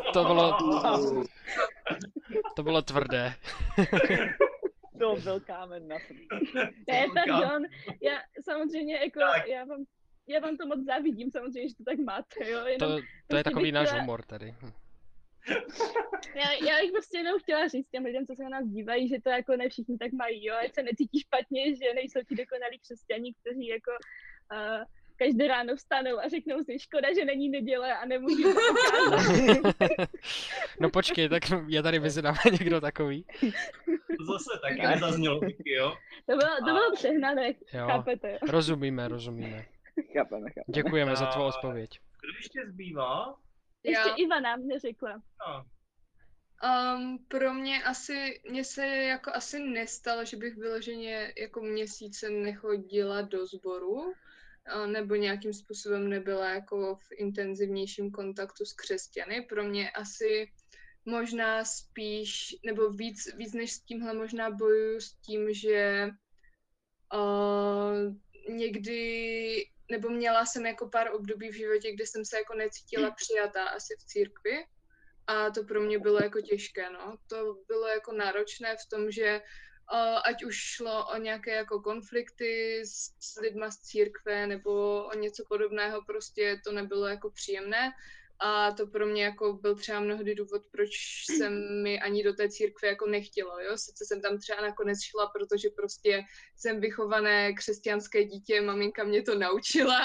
to bylo tvrdé. To byl kámen na srdci. Ne, pardon, já samozřejmě jako, já vám to moc závidím, samozřejmě, že to tak máte, jo. Jenom to je takový náš humor tady. Já bych prostě jenom chtěla říct těm lidem, co se na nás dívají, že to jako ne všichni tak mají, jo, ať se necítí špatně, že nejsou ti dokonalí křesťaní, kteří jako každé ráno vstanou a řeknou si, škoda, že není neděle a nemůžu to ukázat. No počkej, tak je tady mezi námi někdo takový? To zase taky nezaznělo, jo? To bylo přehnané, chápete? Rozumíme. Chápeme. Děkujeme za tvou odpověď. Kdo ještě zbývá? Ještě Ivana mě řekla. Pro mně se jako asi nestalo, že bych vyloženě jako měsíce nechodila do sboru, nebo nějakým způsobem nebyla jako v intenzivnějším kontaktu s křesťany. Pro mě asi možná spíš, nebo víc než s tímhle možná bojuju s tím, že někdy, nebo měla jsem jako pár období v životě, kde jsem se jako necítila přijatá asi v církvi a to pro mě bylo jako těžké, no. To bylo jako náročné v tom, že ať už šlo o nějaké jako konflikty s lidma z církve nebo o něco podobného, prostě to nebylo jako příjemné. A to pro mě jako byl třeba mnohdy důvod, proč jsem mi ani do té církve jako nechtělo, jo. Sice jsem tam třeba nakonec šla, protože prostě jsem vychované křesťanské dítě, maminka mě to naučila,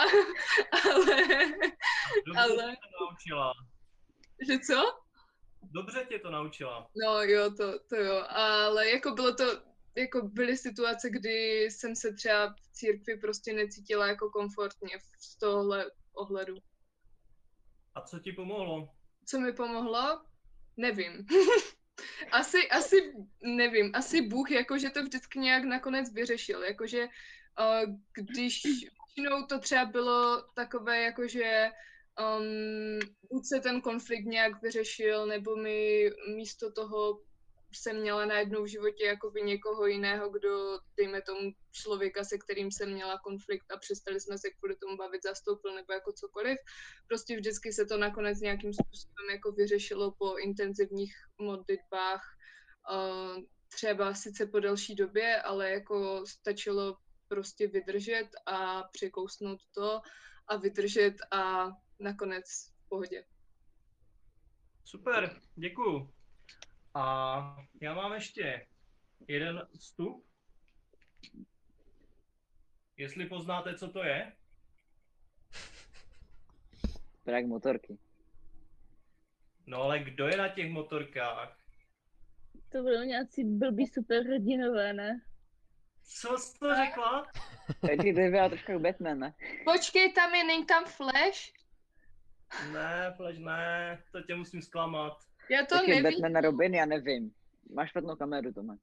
ale... Tě to naučila. Že co? Dobře tě to naučila. No jo, to jo, ale jako bylo to, jako byly situace, kdy jsem se třeba v církvi prostě necítila jako komfortně z tohohle ohledu. A co ti pomohlo? Co mi pomohlo? Nevím. asi nevím, asi Bůh jakože to vždycky nějak nakonec vyřešil, jakože když většinou to třeba bylo takové jakože buď se ten konflikt nějak vyřešil, nebo mi místo toho jsem měla najednou v životě jakoby někoho jiného, kdo, dejme tomu člověka, se kterým jsem měla konflikt a přestali jsme se kvůli tomu bavit, zastoupil nebo jako cokoliv. Prostě vždycky se to nakonec nějakým způsobem jako vyřešilo po intenzivních modlitbách, třeba sice po delší době, ale jako stačilo prostě vydržet a překousnout to a vydržet a nakonec v pohodě. Super, děkuju. A já mám ještě jeden vstup. Jestli poznáte, co to je? Prak motorky. No ale kdo je na těch motorkách? To budou nějací blbý superhrdinové, ne? Co jsi to řekla? Ty byla trošku jak Batman, ne? Počkej, není tam Flash? Ne, Flash, ne, to tě musím zklamat. Já to Taky nevím. Batman a Robin, já nevím. Máš špatnou kameru, Tome.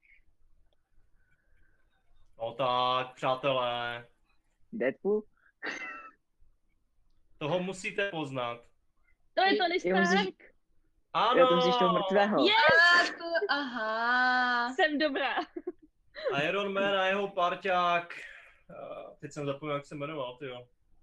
No tak, přátelé, Deadpool? toho musíte poznat. To je Tony Jo, musíš- Stark! Ano! Jo, to musíš toho mrtvého. Aha. Jsem dobrá. Iron Man a jeho parťák. Teď jsem zapomněl, jak se jmenoval, tyjo.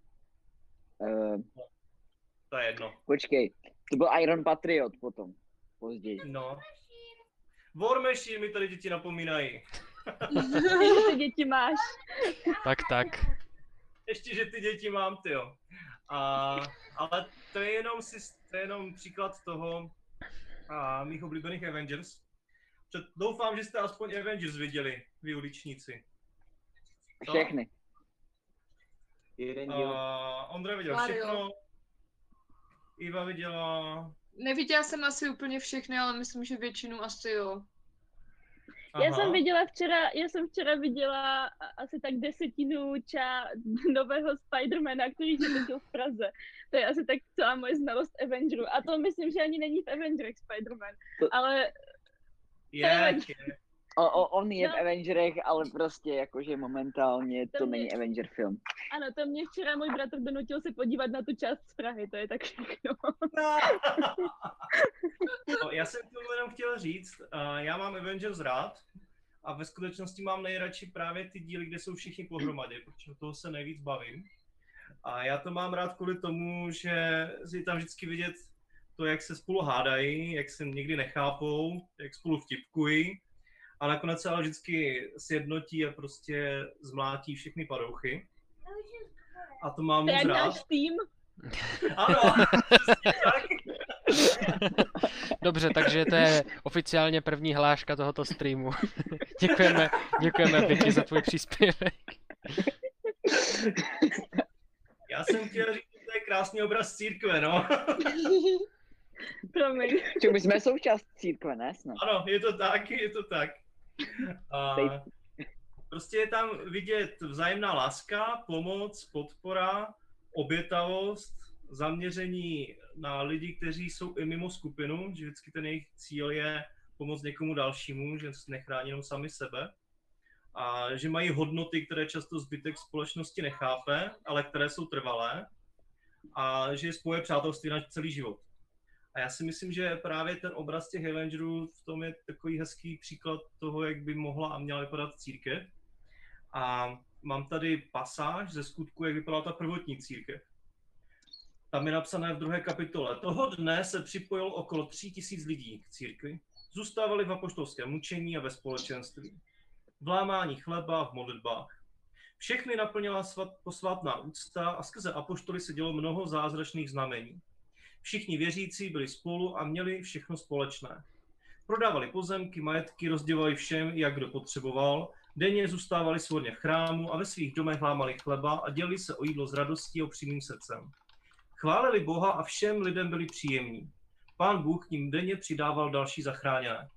To je jedno. Počkej, to byl Iron Patriot potom, později. No. War Machine mi tady děti napomínají. Že ty děti máš. Tak. Ještě, že ty děti mám, tyjo. Ale to je jenom příklad toho mých oblíbených Avengers. Doufám, že jste aspoň Avengers viděli, vy uličníci. Co? Všechny. Jeden díl. Ondra viděl Mario. všechno. Iva viděla... Neviděla jsem asi úplně všechny, ale myslím, že většinu asi jo. Já jsem včera viděla asi tak 10 nového Spidermana, který se točil v Praze. To je asi tak celá moje znalost Avengeru. A to myslím, že ani není v Avengerech Spiderman. Ale Je. On je v No. Avengerech, ale prostě jakože momentálně to To není mě- Avenger film. ano, to mě včera můj bratr donutil se podívat na tu část z Prahy, to je tak všechno. No, já jsem k tomu jenom chtěl říct, já mám Avengers rád a ve skutečnosti mám nejradši právě ty díly, kde jsou všichni pohromadě, protože toho se nejvíc bavím. A já to mám rád kvůli tomu, že je tam vždycky vidět to, jak se spolu hádají, jak se někdy nechápou, jak spolu vtipkují a nakonec se ale vždycky sjednotí a prostě zmlátí všechny padouchy. A to mám To je moc jak rád. náš tým. Ano, přesně tak. Dobře, takže to je oficiálně první hláška tohoto streamu. děkujeme Vicky za tvůj příspěvek. Já jsem chtěl říct, že to je krásný obraz církve, no. Promiň. Čo, my jsme součást církve, ne? Snad. Ano, je to tak. A prostě je tam vidět vzájemná láska, pomoc, podpora, obětavost, zaměření na lidi, kteří jsou i mimo skupinu, že vždycky ten jejich cíl je pomoct někomu dalšímu, že nechrání jenom sami sebe. a že mají hodnoty, které často zbytek společnosti nechápe, ale které jsou trvalé a že je spojuje přátelství na celý život. A já si myslím, že právě ten obraz těch Highlangerů v tom je takový hezký příklad toho, jak by mohla a měla vypadat církev. A mám tady pasáž ze skutku, jak vypadala ta prvotní církev. Tam je napsané v 2. kapitole. Toho dne se připojilo okolo 3000 lidí k církvi. Zůstávali v apoštolském mučení a ve společenství. V lámání chleba a v modlitbách. Všechny naplnila posvátná úcta a skrze apoštoly se dělo mnoho zázračných znamení. Všichni věřící byli spolu a měli všechno společné. Prodávali pozemky, majetky, rozdělovali všem, jak kdo potřeboval, denně zůstávali svorně v chrámu a ve svých domech lámali chleba a dělili se o jídlo s radostí a upřímným srdcem. Chválili Boha a všem lidem byli příjemní. Pán Bůh k ním denně přidával další zachráněné.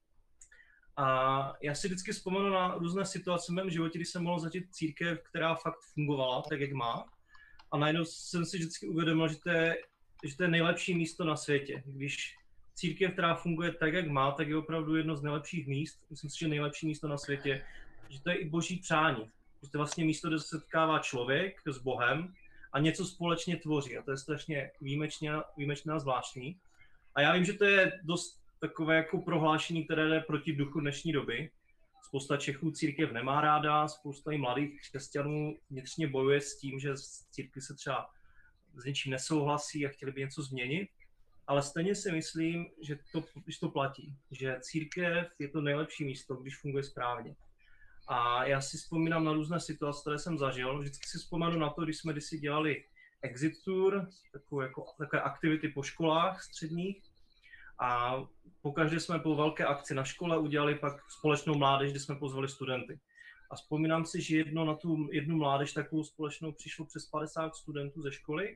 A já si vždycky vzpomenu na různé situace v mém životě, kdy jsem mohl začít církev, která fakt fungovala tak, jak má. A najednou jsem si vždycky uvědomil, že to je nejlepší místo na světě. Když církev, která funguje tak, jak má, tak je opravdu jedno z nejlepších míst. Myslím si, že nejlepší místo na světě, že to je i boží přání. Že to je vlastně místo, kde se setkává člověk s Bohem a něco společně tvoří. A to je strašně výjimečné a zvláštní. A já vím, že to je dost takové jako prohlášení, které jde proti duchu dnešní doby. Spousta Čechů církev nemá ráda, spousta i mladých křesťanů vnitřně bojuje s tím, že církvi se třeba s něčím nesouhlasí a chtěli by něco změnit. Ale stejně si myslím, že to platí, že církev je to nejlepší místo, když funguje správně. A já si vzpomínám na různé situace, které jsem zažil. Vždycky si vzpomenu na to, když jsme kdysi dělali exit tour, takové aktivity po školách středních. A pokaždé jsme po velké akci na škole udělali pak společnou mládež, kde jsme pozvali studenty. A vzpomínám si, že na tu jednu mládež takovou společnou přišlo přes 50 studentů ze školy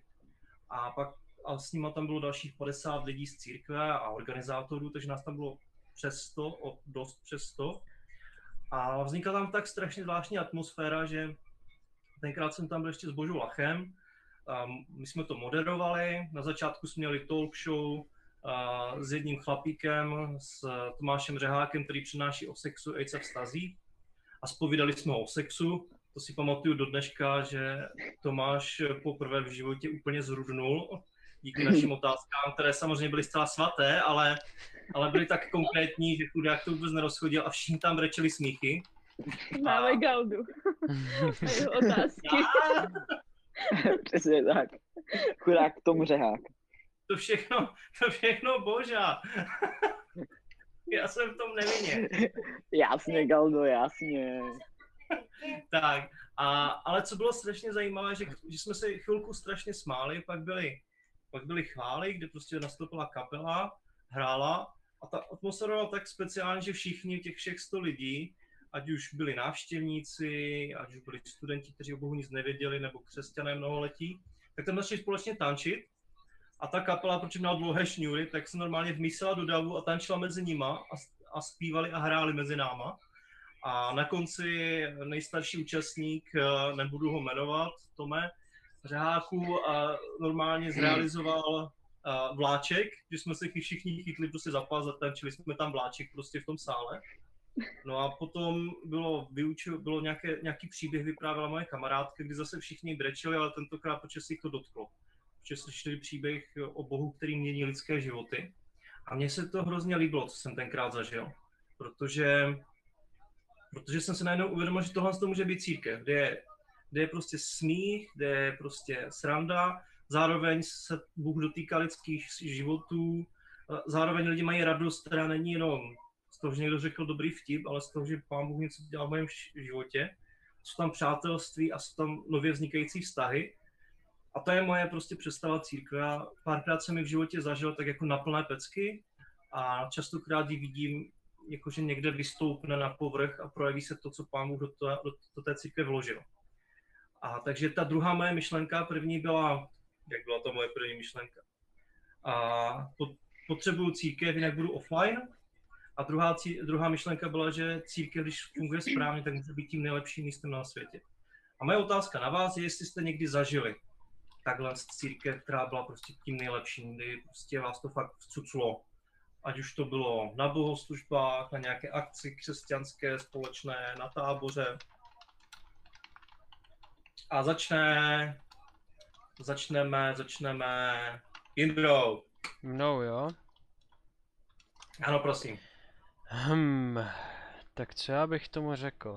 a s nima tam bylo dalších 50 lidí z církve a organizátorů, takže nás tam bylo dost přes 100. A vznikla tam tak strašně zvláštní atmosféra, že tenkrát jsem tam byl ještě s Božou Lachem. My jsme to moderovali, na začátku jsme měli talk show s jedním chlapíkem, s Tomášem Řehákem, který přináší o sexu, AIDS a vztazích. A zpovídali jsme o sexu. To si pamatuju do dneška, že Tomáš poprvé v životě úplně zrudnul díky našim otázkám, které samozřejmě byly zcela svaté, ale byly tak konkrétní, že chudák to vůbec nerozchodil a všichni tam brečeli smíchy. Máme Galdu. Otázky. Přesně tak. Chudák Tom Řehák. To všechno Boža. Já jsem v tom nevinně. Jasně, Galdo, jasně. Tak, ale co bylo strašně zajímavé, že jsme se chvilku strašně smáli, pak byly chvály, kde prostě nastoupila kapela, hrála a ta atmosféra byla tak speciální, že všichni, těch všech 100 lidí, ať už byli návštěvníci, ať už byli studenti, kteří o Bohu nic nevěděli, nebo křesťané mnoholetí, tak tam začali společně tančit. A ta kapela, protože měla dlouhé šňůry, tak se normálně vmísila do davu a tančila mezi nima a zpívali a hráli mezi náma. A na konci nejstarší účastník, nebudu ho jmenovat, Tome Řeháku, normálně zrealizoval vláček, že jsme se všichni chytli prostě za pás a tančili jsme tam vláček prostě v tom sále. No a potom bylo nějaký příběh, vyprávěla moje kamarádka, kdy zase všichni brečeli, ale tentokrát protože se jich to dotklo. Protože slyšeli příběh o Bohu, který mění lidské životy. A mně se to hrozně líbilo, co jsem tenkrát zažil. Protože jsem se najednou uvědomil, že tohle může být církev, kde je prostě smích, kde je prostě sranda, zároveň se Bůh dotýká lidských životů, zároveň lidi mají radost, která není jenom z toho, že někdo řekl dobrý vtip, ale z toho, že Pán Bůh něco dělá v mém životě. Jsou tam přátelství a jsou tam nově vznikající vztahy. A to je moje prostě představa církve. Párkrát jsem ji v životě zažil tak jako na plné pecky a častokrát ji vidím, jakože někde vystoupne na povrch a projeví se to, co Pán Bůh do té církve vložil. A takže ta druhá moje myšlenka, první byla, jak byla ta moje první myšlenka? Potřebuju církev, jinak budu offline. A druhá myšlenka byla, že církev, když funguje správně, tak může být tím nejlepším místem na světě. A moje otázka na vás je, jestli jste někdy zažili takhle církev, která byla prostě tím nejlepším, kdy prostě vás to fakt vcuclo. ať už to bylo na bohoslužbách, na nějaké akci křesťanské společné, na táboře. A začneme Jindrou. Mnou, jo? Ano, prosím. Tak co já bych tomu řekl?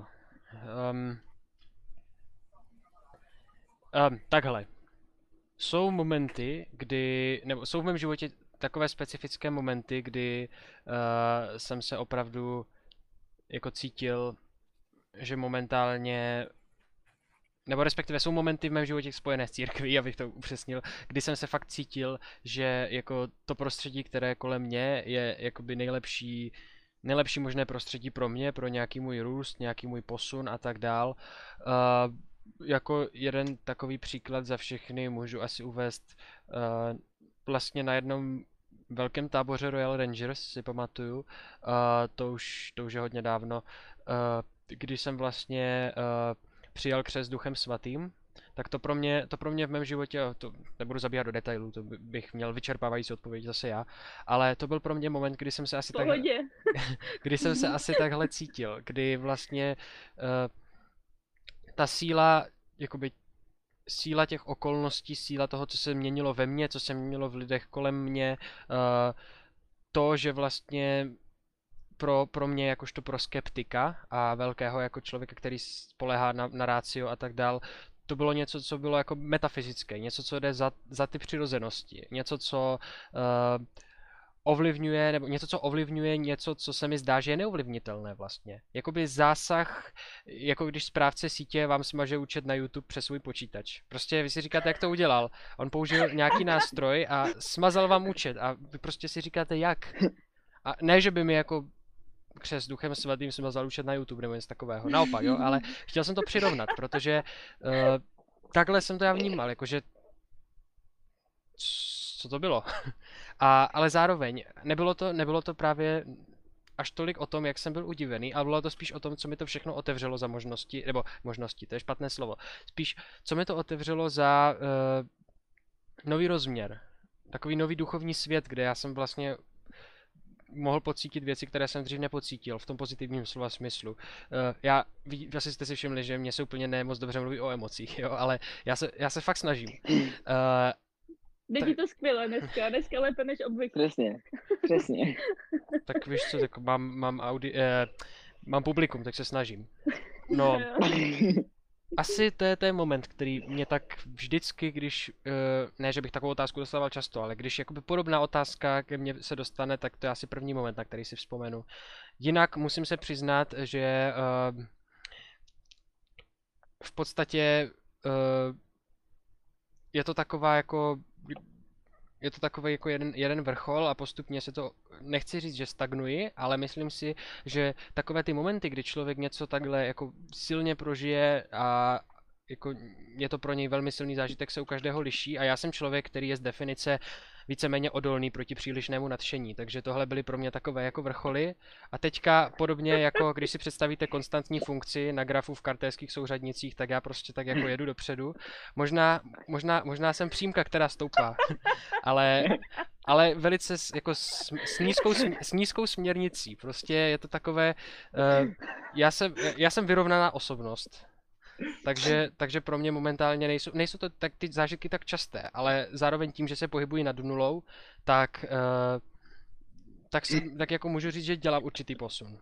Takhle. Jsou momenty, nebo jsou v mém životě takové specifické momenty, kdy jsem se opravdu jako cítil, že momentálně, nebo respektive jsou momenty v mém životě spojené s církví, abych to upřesnil, kdy jsem se fakt cítil, že jako to prostředí, které je kolem mě, je jakoby nejlepší možné prostředí pro mě, pro nějaký můj růst, nějaký můj posun a tak dál. Jako jeden takový příklad za všechny můžu asi uvést vlastně na jednom velkém táboře Royal Rangers, si pamatuju, to už je hodně dávno, když jsem vlastně přijal křest Duchem Svatým, tak to pro mě v mém životě, to nebudu zabíhat do detailů, to bych měl vyčerpávající odpověď zase já, ale to byl pro mě moment, kdy jsem se asi takhle cítil, kdy vlastně ta síla, jakoby síla těch okolností, síla toho, co se měnilo ve mně, co se měnilo v lidech kolem mě, to, že vlastně pro mě jakožto pro skeptika a velkého jako člověka, který spoléhá na ratio a tak dál, to bylo něco, co bylo jako metafyzické, něco, co jde za ty přirozenosti, něco, co ovlivňuje něco, co se mi zdá, že je neovlivnitelné vlastně. Jakoby zásah, jako když správce sítě vám smaže účet na YouTube přes svůj počítač. Prostě vy si říkáte, jak to udělal. On použil nějaký nástroj a smazal vám účet a vy prostě si říkáte, jak. A ne, že by mi jako křest Duchem Svatým smazal účet na YouTube nebo něco takového. Naopak, jo, ale chtěl jsem to přirovnat, protože takhle jsem to já vnímal, jakože co to bylo? Ale zároveň nebylo to právě až tolik o tom, jak jsem byl udivený, ale bylo to spíš o tom, co mi to všechno otevřelo za možnosti, nebo možnosti, to je špatné slovo, spíš co mi to otevřelo za nový rozměr, takový nový duchovní svět, kde já jsem vlastně mohl pocítit věci, které jsem dřív nepocítil, v tom pozitivním slova smyslu. Asi jste si všimli, že mě se úplně nemoc dobře mluví o emocích, jo, ale já se fakt snažím. Jde ti to skvěle dneska lépe než obvykle. Přesně. Tak víš co, tak mám publikum, tak se snažím. No, asi to je ten moment, který mě tak vždycky, když, ne, že bych takovou otázku dostával často, ale když jakoby podobná otázka ke mně se dostane, tak to je asi první moment, na který si vzpomenu. Jinak musím se přiznat, že v podstatě je to takový jako jeden vrchol a postupně se to, nechci říct, že stagnuji, ale myslím si, že takové ty momenty, kdy člověk něco takhle jako silně prožije a jako je to pro něj velmi silný zážitek, se u každého liší a já jsem člověk, který je z definice víceméně odolný proti přílišnému nadšení, takže tohle byly pro mě takové jako vrcholy a teďka podobně jako když si představíte konstantní funkci na grafu v kartéských souřadnicích, tak já prostě tak jako jedu dopředu. Možná jsem přímka, která stoupá, ale velice jako s nízkou směrnicí, prostě je to takové, já jsem vyrovnaná osobnost. Takže pro mě momentálně nejsou to tak ty zážitky tak časté, ale zároveň tím, že se pohybují nad nulou, tak jako můžu říct, že dělám určitý posun.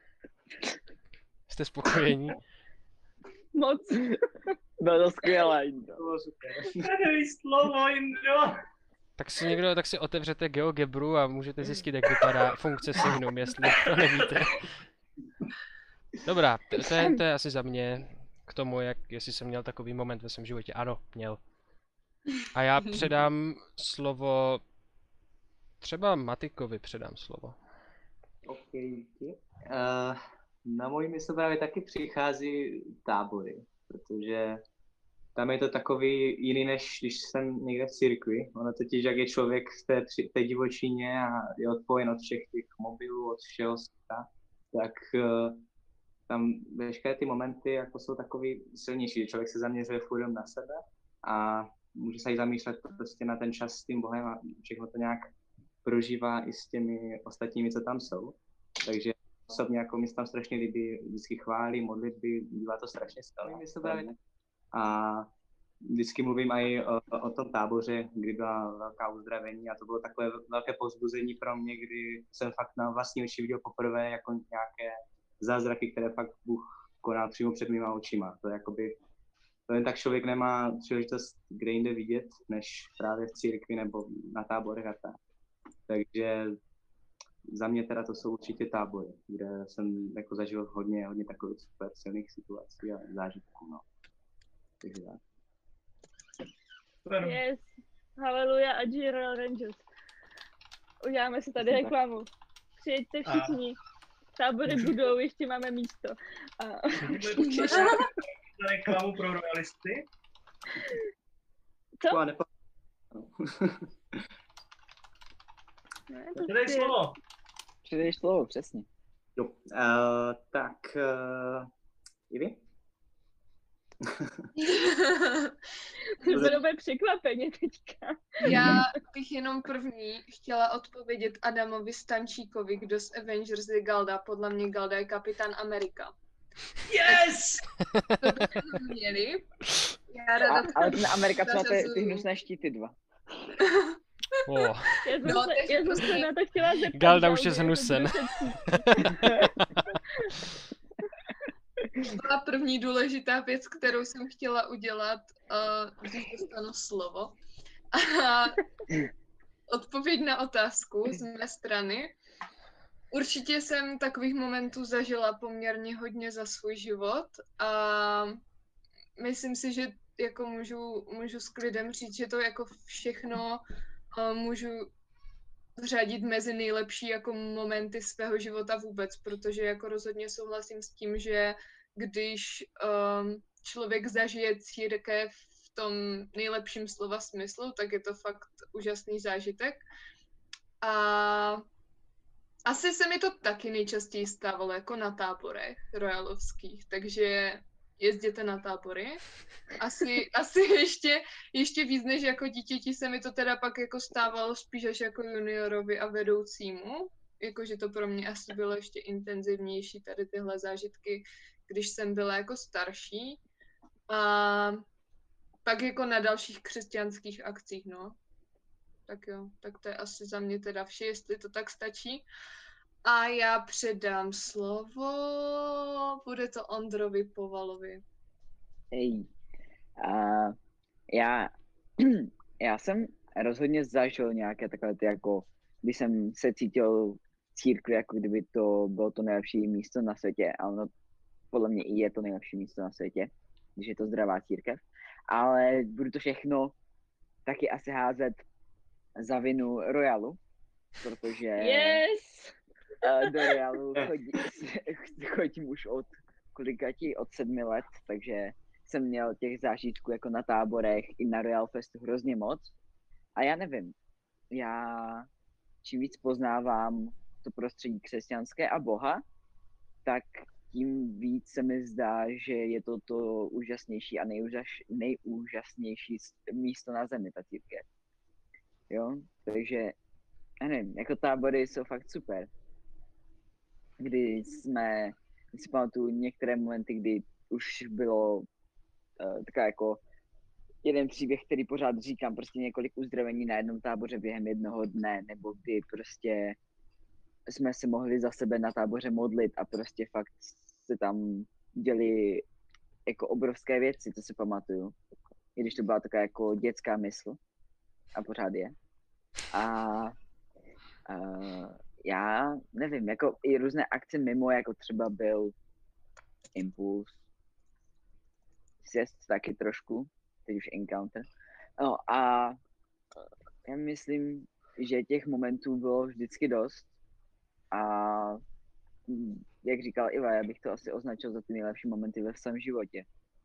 Jste spokojení? Moc. Bylo to skvělé, Jindro. Slovo, Jindro. Tak si otevřete GeoGebru a můžete zjistit, jak vypadá funkce Signum, jestli to nevíte. Dobrá, to je asi za mě k tomu, jestli jsem měl takový moment ve svém životě. Ano, měl. A já předám slovo, třeba Matikovi předám slovo. OK, díky. Na mojí mysl právě taky přichází tábory, protože tam je to takový jiný, než když jsem někde v církvi. Ono totiž, jak je člověk v té divočině a je odpojen od všech těch mobilů, od všeho světa, tak tam veškeré ty momenty jako jsou takový silnější, že člověk se zaměřuje furt na sebe a může se i zamýšlet prostě na ten čas s tím Bohem a všechno to nějak prožívá i s těmi ostatními, co tam jsou. Takže osobně jako mi se tam strašně líbí vždycky chválí, modlitby, bývá to strašně skvělé. A vždycky mluvím i o tom táboře, kdy byla velká uzdravení a to bylo takové velké povzbuzení pro mě, kdy jsem fakt na vlastní oči viděl poprvé jako nějaké zázraky, které fakt Bůh konal přímo před mýma očima. To je jakoby, to jen tak člověk nemá příležitost kde jinde vidět, než právě v církvi nebo na táborech a tak. Takže za mě teda to jsou určitě tábory, kde jsem jako zažil hodně takových super silných situací a zážitků, no. Takže tak. Yes, haleluja a Royal Rangers. Uděláme si tady reklamu. Přijeďte všichni. Tábory budou, ještě máme místo. Reklamu pro royalisty? Co? Předej slovo. Předej slovo, přesně. Jo, tak i vy? To bude překvapeně teďka. Já bych jenom první chtěla odpovědět Adamovi Stančíkovi, kdo z Avengers je Galda. Podle mě Galda je Kapitán Amerika. Yes! To bychom měli. Já ráda Ale ten Amerika třeba ty hnusné štíty 2. Oh. Já jsem se na to chtěla zeptat. Galda už je zhnusen. To byla první důležitá věc, kterou jsem chtěla udělat, když dostanu slovo. A odpověď na otázku z mé strany. Určitě jsem takových momentů zažila poměrně hodně za svůj život a myslím si, že jako můžu s klidem říct, že to jako všechno můžu řadit mezi nejlepší jako momenty svého života vůbec, protože jako rozhodně souhlasím s tím, že když člověk zažije církev v tom nejlepším slova smyslu, tak je to fakt úžasný zážitek. A asi se mi to taky nejčastěji stávalo jako na táborech royalovských, takže jezděte na tábory. Asi ještě víc než jako dítěti se mi to teda pak jako stávalo spíš až jako juniorovi a vedoucímu. Jakože to pro mě asi bylo ještě intenzivnější tady tyhle zážitky, když jsem byla jako starší. A pak jako na dalších křesťanských akcích, no. Tak jo, tak to je asi za mě teda vše, jestli to tak stačí. A já předám slovo, bude to Ondrovi Povalovi. Hej. Já jsem rozhodně zažil nějaké takové ty jako, když jsem se cítil v církvi, jako kdyby to bylo to nejlepší místo na světě, a ono podle mě i je to nejlepší místo na světě, když je to zdravá církev, ale budu to všechno taky asi házet za vinu Royalu, protože do Royalu chodím už od 7 let, takže jsem měl těch zážitků jako na táborech i na Royal Festu hrozně moc. A já nevím, čím víc poznávám to prostředí křesťanské a Boha, tak tím víc se mi zdá, že je to úžasnější a nejúžasnější místo na zemi, ta církev. Jo, takže, já nevím, jako tábory jsou fakt super. Kdy si pamatuju některé momenty, kdy už bylo taková jako jeden příběh, který pořád říkám, prostě několik uzdravení na jednom táboře během jednoho dne, nebo kdy prostě jsme se mohli za sebe na táboře modlit a prostě fakt se tam děli jako obrovské věci, to si pamatuju. I když to byla taková jako dětská mysl a pořád je. A já nevím, jako i různé akce mimo, jako třeba byl Impuls, Sjezd taky trošku, teď už Encounter. No a já myslím, že těch momentů bylo vždycky dost a jak říkal Iva, já bych to asi označil za ty nejlepší momenty ve svém životě.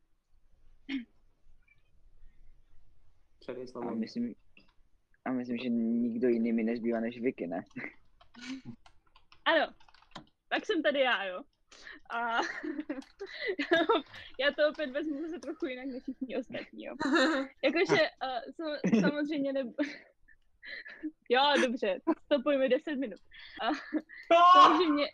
A myslím, že nikdo jiný mi nezbývá než Vicky, ne? Ano, tak jsem tady já, jo. A já to opět vezmu se trochu jinak než všichni ostatní, jo. Jakože samozřejmě Jo, dobře, stopujeme 10 minut. A samozřejmě...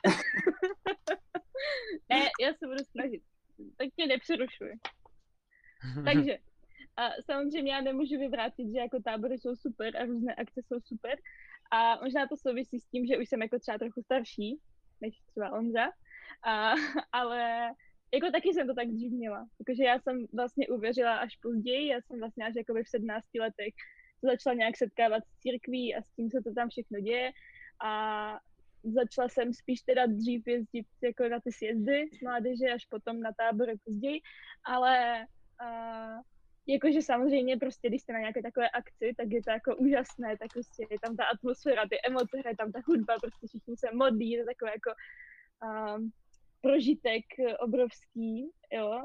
Ne, já se budu snažit. Tak tě nepřerušuji. Takže, a samozřejmě já nemůžu vyvrátit, že jako tábory jsou super a různé akce jsou super. A možná to souvisí s tím, že už jsem jako třeba trochu starší, než třeba Ondra. Ale jako taky jsem to tak dřív měla. Jakože já jsem vlastně uvěřila až později, já jsem vlastně až jakoby v 17 letech začala nějak setkávat s církví a s tím, co to tam všechno děje. A začala jsem spíš teda dřív jezdit jako na ty sjezdy s mládeže, až potom na tábory později, ale jakože samozřejmě prostě, když jste na nějaké takové akci, tak je to jako úžasné, tak prostě je tam ta atmosféra, ty emoce, je tam ta hudba, prostě všichni se modlí, je to takové jako prožitek obrovský, jo.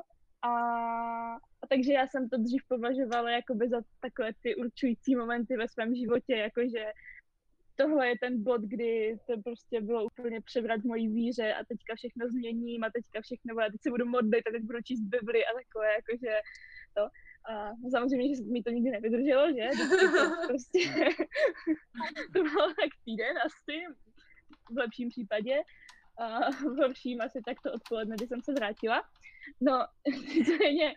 A takže já jsem to dřív považovala jakoby za takové ty určující momenty ve svém životě, jakože tohle je ten bod, kdy to prostě bylo úplně převrat v mojí víře a teďka všechno změním a teďka všechno, a teď se budu modlit a teď budu číst Bibli a takové, jakože to. A samozřejmě, že mi to nikdy nevydrželo, že? To prostě to bylo tak týden asi, v lepším případě. A v horším asi takto odpoledne, kdy jsem se vrátila. No, nicméně,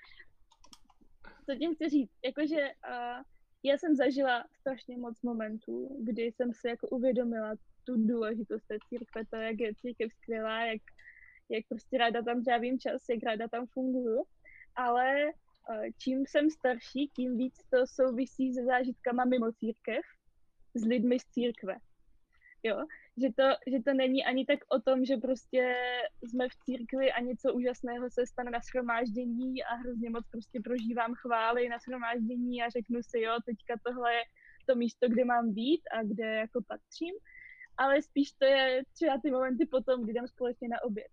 co tím chci říct, jakože já jsem zažila strašně moc momentů, kdy jsem si jako uvědomila tu důležitost té církve, to, jak je církev skvělá, jak prostě ráda tam trávím čas, jak ráda tam funguju, ale čím jsem starší, tím víc to souvisí se zážitkama mimo církev, s lidmi z církve. Jo? Že to není ani tak o tom, že prostě jsme v církvi a něco úžasného se stane na shromáždění a hrozně moc prostě prožívám chvály na shromáždění a řeknu si, jo, teďka tohle je to místo, kde mám být a kde jako patřím, ale spíš to je třeba ty momenty potom, kdy jdem společně na oběd.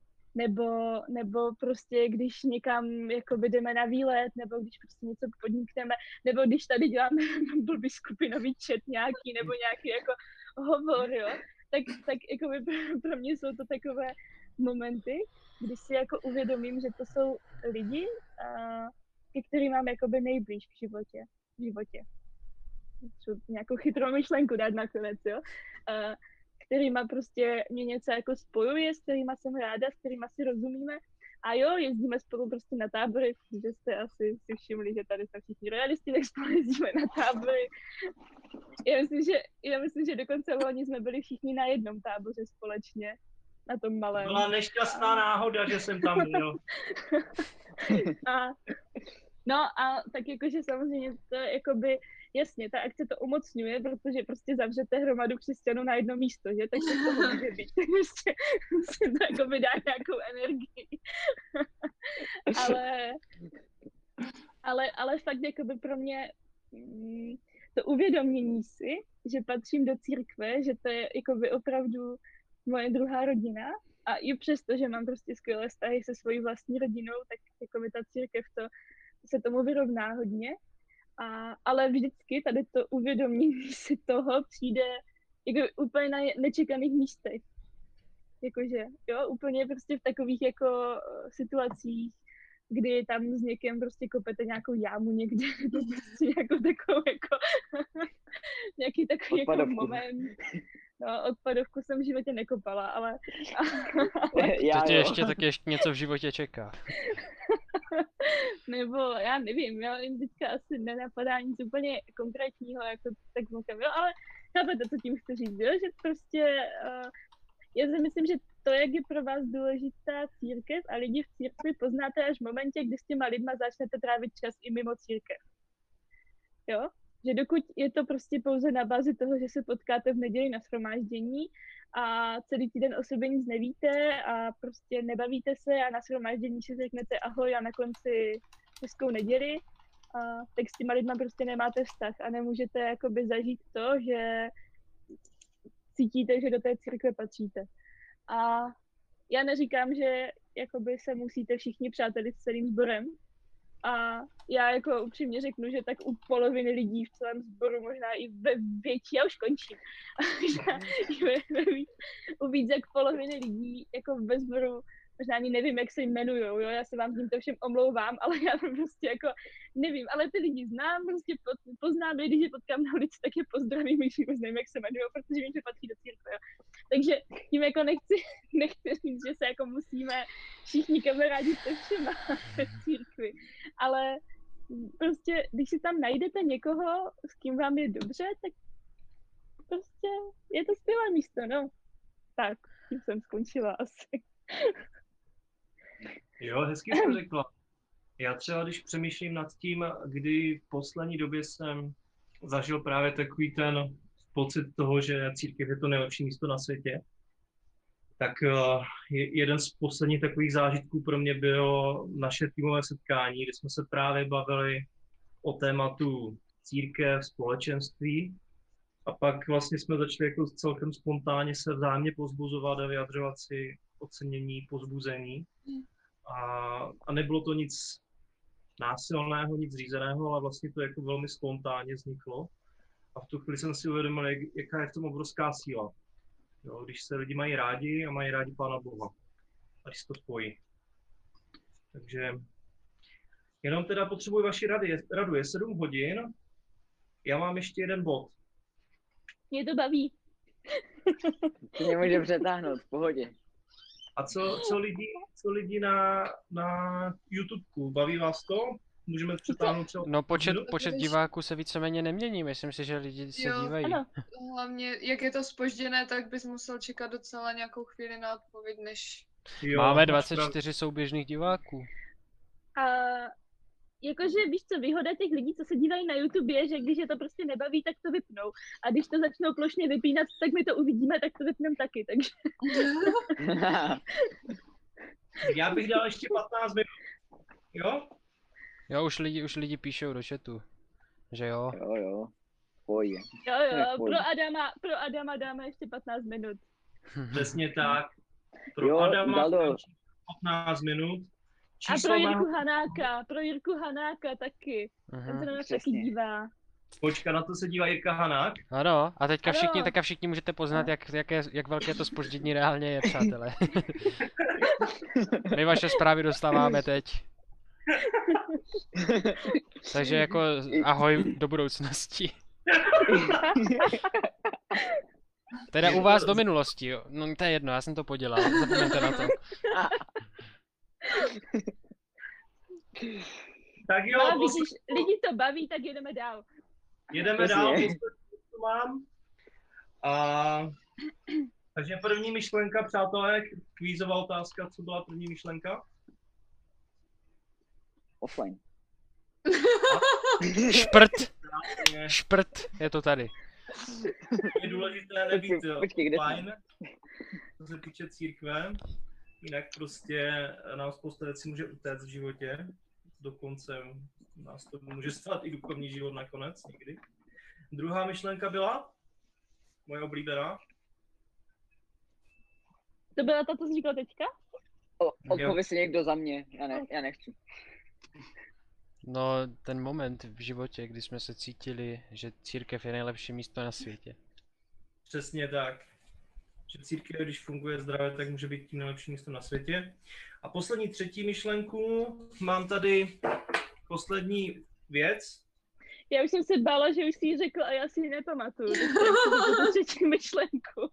Nebo prostě, když někam jakoby jdeme na výlet, nebo když prostě něco podnikneme, nebo když tady děláme blbý skupinový chat nějaký, nebo nějaký jako hovor, jo, tak jakoby pro mě jsou to takové momenty, kdy si jako uvědomím, že to jsou lidi, ke kterým mám jakoby nejblíž v životě. Nějakou chytrou myšlenku dát nakonec, jo. Kterýma prostě mě něco jako spojuje, s kterýma jsem ráda, s kterýma si rozumíme. A jo, jezdíme spolu prostě na tábory, že jste asi si všimli, že tady jsme všichni realisti, tak spolu jezdíme na tábory. Já myslím, že dokonce loni jsme byli všichni na jednom táboře společně, na tom malém. Byla nešťastná náhoda, že jsem tam byl. No a tak jakože samozřejmě to jakoby, jasně, ta akce to umocňuje, protože prostě zavřete hromadu křesťanů na jedno místo, že? Tak to toho může být. Tak prostě se to jakoby dá nějakou energii. ale fakt jakoby pro mě to uvědomění si, že patřím do církve, že to je jakoby opravdu moje druhá rodina a i přesto, že mám prostě skvělé vztahy se svojí vlastní rodinou, tak jakoby ta církev se tomu vyrovná hodně. Ale vždycky tady to uvědomění si toho přijde jako úplně na nečekaných místech. Jakože, jo, úplně prostě v takových jako situacích, kdy tam s někým prostě kopete nějakou jámu někde, nebo prostě nějakou takovou jako nějaký takový jako moment. No, odpadovku jsem v životě nekopala, ale... To tě ještě něco v životě čeká. Nebo já nevím, jim teďka asi nenapadá nic úplně konkrétního, jako tak mokem, jo, ale chápete, co tím chci říct, jo, že prostě já si myslím, že to, jak je pro vás důležitá církev a lidi v církvi, poznáte až v momentě, kdy s těma lidma začnete trávit čas i mimo církev. Jo? Že dokud je to prostě pouze na bázi toho, že se potkáte v neděli na shromáždění a celý týden o sobě nic nevíte a prostě nebavíte se a na shromáždění si řeknete ahoj a na konci hezkou neděli, tak s těma lidma prostě nemáte vztah a nemůžete jakoby zažít to, že cítíte, že do té církve patříte. A já neříkám, že jakoby se musíte všichni přátelit s celým sborem. A já jako upřímně řeknu, že tak u poloviny lidí v celém sboru, možná i ve větší, já už končím, u víc jak poloviny lidí jako ve sboru možná ani nevím, jak se jmenujou, jo, já se vám tímto všem omlouvám, ale já prostě jako nevím, ale ty lidi znám, prostě poznám je, když je potkám na ulici, tak je pozdravím, když vůbec nevím, jak se jmenujou, protože vím, že patří do církve, jo. Takže tím jako nechci říct, že se jako musíme všichni kamarádit se všema ve církvi, ale prostě, když si tam najdete někoho, s kým vám je dobře, tak prostě je to skvělé místo, no. Tak, tím jsem skončila asi. Jo, hezky jsi řekla. Já třeba, když přemýšlím nad tím, kdy v poslední době jsem zažil právě takový ten pocit toho, že církev je to nejlepší místo na světě, tak jeden z posledních takových zážitků pro mě bylo naše týmové setkání, kdy jsme se právě bavili o tématu církev, společenství. A pak vlastně jsme začali jako celkem spontánně se vzájemně pozbuzovat a vyjadřovat si ocenění, pozbuzení. A nebylo to nic násilného, nic řízeného, ale vlastně to jako velmi spontánně vzniklo. A v tu chvíli jsem si uvědomil, jaká je v tom obrovská síla. Jo, když se lidi mají rádi a mají rádi Pána Boha. A když se to spojí. Takže jenom teda potřebuji vaši radu. Je 7 hodin. Já mám ještě jeden bod. Mě to baví. To mě může přetáhnout, v pohodě. A co lidi na YouTubeku? Baví vás to? Můžeme přetáhnout třeba... No počet diváků se víceméně nemění, myslím si, že lidi se dívají. Ano. Hlavně, jak je to zpožděné, tak bys musel čekat docela nějakou chvíli na odpověď, než... Jo, Máme máš 24 souběžných diváků. A jakože víš co, výhoda těch lidí, co se dívají na YouTube je, že když je to prostě nebaví, tak to vypnou. A když to začnou plošně vypínat, tak my to uvidíme, tak to vypneme taky, takže... Já bych dal ještě 15 minut. Jo? Jo, už lidi píšou do chatu. Že jo? Jo, pojď. Jo, pro Adama dáme ještě 15 minut. Přesně tak. Pro Jo, Adama Dalo. 15 minut. A Číslo pro má... Jirku Hanáka taky. Ten se na nás taky Přesně. dívá. Počka, na to se dívá Jirka Hanák. Ano, a teďka Ano. všichni můžete poznat, jak velké to zpoždění reálně je, přátelé. My vaše zprávy dostáváme teď. Takže jako ahoj do budoucnosti. Teda u vás do minulosti, jo. No to je jedno, já jsem to podělal, zapomeňte na to. Tak jo, No, vidíš, lidi to baví, tak jedeme dál. jedeme dál, poslední, co mám. Takže první myšlenka, přátelé, kvízová otázka, co byla první myšlenka? Offline. Šprt, je to tady. Je důležité nebýt Počkej, kde online, co se týče církve, jinak prostě nám spousta věcí může utéct v životě, dokonce nás to může stát i duchovní život nakonec někdy. Druhá myšlenka byla, moje oblíbená. To byla ta, co jsi říkal teďka? Odpověď si někdo za mě, já nechci. No, ten moment v životě, kdy jsme se cítili, že církev je nejlepší místo na světě. Přesně tak. Že církev, když funguje zdravě, tak může být tím nejlepším místem na světě. A poslední třetí myšlenku, mám tady poslední věc. Já už jsem se bála, že už jsi ji řekl a já si ji nepamatuju. To třetí myšlenku.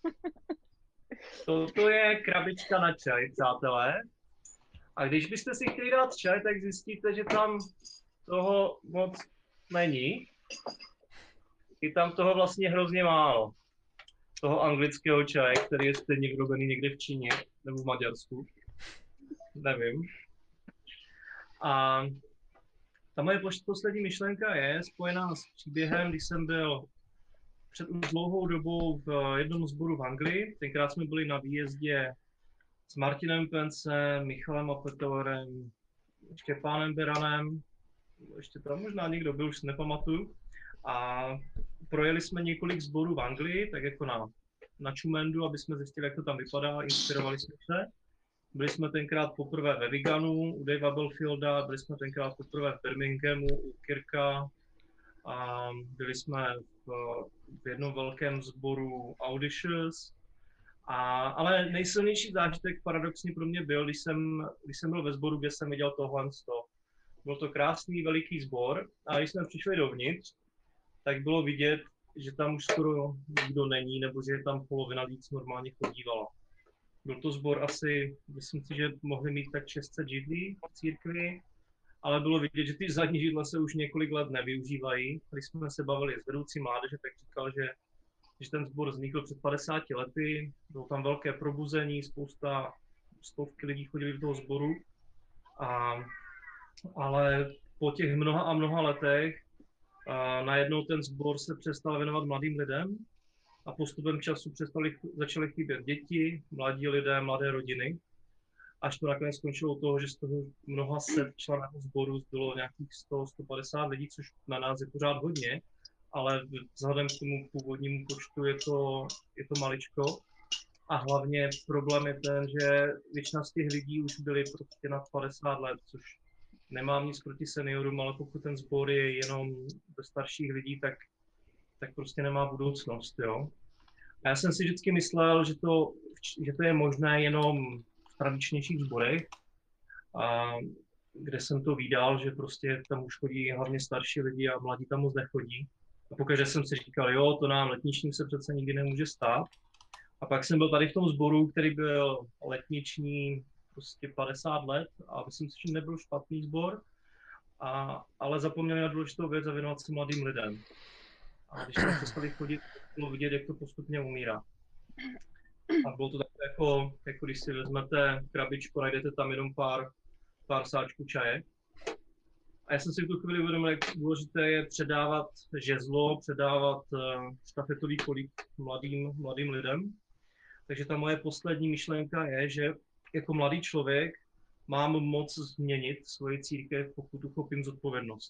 Toto je krabička na čaj, přátelé. A když byste si chtěli dát čaj, tak zjistíte, že tam toho moc není. Je tam toho vlastně hrozně málo. Toho anglického čaje, který je stejně vyrobený někde v Číně nebo v Maďarsku. Nevím. A ta moje poslední myšlenka je spojená s příběhem, když jsem byl před už dlouhou dobou v jednom sboru v Anglii. Tenkrát jsme byli na výjezdě s Martinem Pencem, Michalem Apetovarem, Štěpánem Beranem, ještě tam možná někdo byl, už si nepamatuju. A projeli jsme několik sborů v Anglii, tak jako na Čumendu, aby jsme zjistili, jak to tam vypadá, inspirovali jsme se. Byli jsme tenkrát poprvé ve Wiganu, u Davea Belfielda, byli jsme tenkrát poprvé v Birminghamu, u Kirka, a byli jsme v jednom velkém sboru Audacious Ale nejsilnější zážitek paradoxně pro mě byl, když jsem byl ve sboru, kde jsem viděl tohle. Byl to krásný veliký sbor a když jsme přišli dovnitř, tak bylo vidět, že tam už skoro nikdo není, nebo že tam polovina lidí normálně chodívala. Byl to sbor asi, myslím si, že mohli mít tak 600 židlí v církvi, ale bylo vidět, že ty zadní židle se už několik let nevyužívají. Když jsme se bavili s vedoucí mládeže, tak říkal, že ten sbor vznikl před 50 lety, bylo tam velké probuzení, stovky lidí chodili do toho sboru, ale po těch mnoha a mnoha letech najednou ten sbor se přestal věnovat mladým lidem a postupem času začaly chybět děti, mladí lidé, mladé rodiny, až to nakonec skončilo toho, že z toho mnoha set členů sboru bylo nějakých 100-150 lidí, což na nás je pořád hodně, ale vzhledem k tomu původnímu počtu je to maličko. A hlavně problém je ten, že většina z těch lidí už byli prostě nad 50 let, což nemám nic proti seniorům, ale pokud ten sbor je jenom ve starších lidí, tak prostě nemá budoucnost, jo. A já jsem si vždycky myslel, že to je možné jenom v tradičnějších sborech, kde jsem to vídal, že prostě tam už chodí hlavně starší lidi a mladí tam moc nechodí. A pokaždé jsem si říkal, jo, to nám letničním se přece nikdy nemůže stát. A pak jsem byl tady v tom sboru, který byl letniční prostě 50 let a myslím si, že nebyl špatný sbor, ale zapomněli na důležitou věc a věnovat se mladým lidem. A když jsme přestali chodit, bylo vidět, jak to postupně umírá. A bylo to takové jako když si vezmete krabičku, najdete tam jenom pár sáčků čaje. A já jsem si v tu chvíli uvědomil, jak důležité je předávat žezlo, předávat štafetový kolík mladým lidem. Takže ta moje poslední myšlenka je, že jako mladý člověk mám moc změnit svoji církev, pokud uchopím zodpovědnost.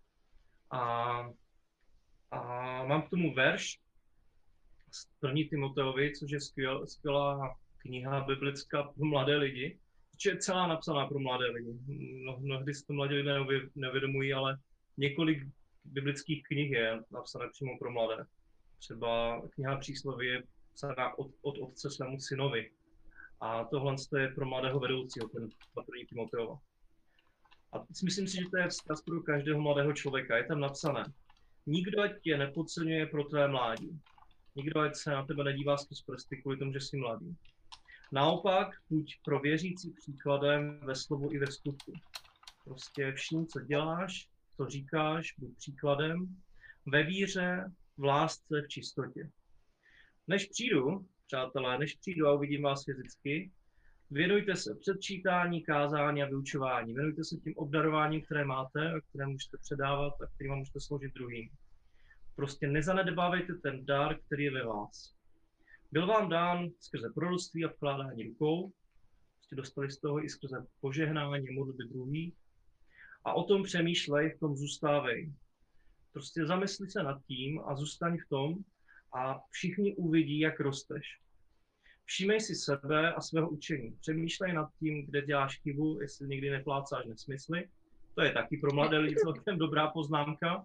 A mám k tomu verš z 1. Timoteovi, což je skvělá kniha biblická pro mladé lidi, což je celá napsaná pro mladé lidi. Mnohdy si to mladí lidé neuvědomují, ale několik biblických knih je napsané přímo pro mladé. Třeba kniha Přísloví je psaná od otce svému synovi. A tohle je pro mladého vedoucího, ten 1. Timoteova. A myslím si, že to je vzkaz pro každého mladého člověka. Je tam napsané: nikdo ať tě nepodceňuje pro tvé mládí. Nikdo ať se na tebe nedívá skrz prsty kvůli tomu, že jsi mladý. Naopak, buď pro věřící příkladem ve slovu i ve skutku. Prostě vším, co děláš, co říkáš, buď příkladem, ve víře, v lásce, v čistotě. Než přijdu, přátelé, a uvidím vás fyzicky, věnujte se předčítání, kázání a vyučování. Věnujte se tím obdarováním, které máte a které můžete předávat a kterým můžete sloužit druhým. Prostě nezanedbávejte ten dar, který je ve vás. Byl vám dán skrze proroctví a vkládání rukou, prostě dostali z toho i skrze požehnání a modlitby druhých. A o tom přemýšlej, v tom zůstávej. Prostě zamysli se nad tím a zůstaň v tom a všichni uvidí, jak rosteš. Všímej si sebe a svého učení. Přemýšlej nad tím, kde děláš chybu, jestli někdy neplácáš nesmysly. To je taky pro mladé lidi celkem dobrá poznámka.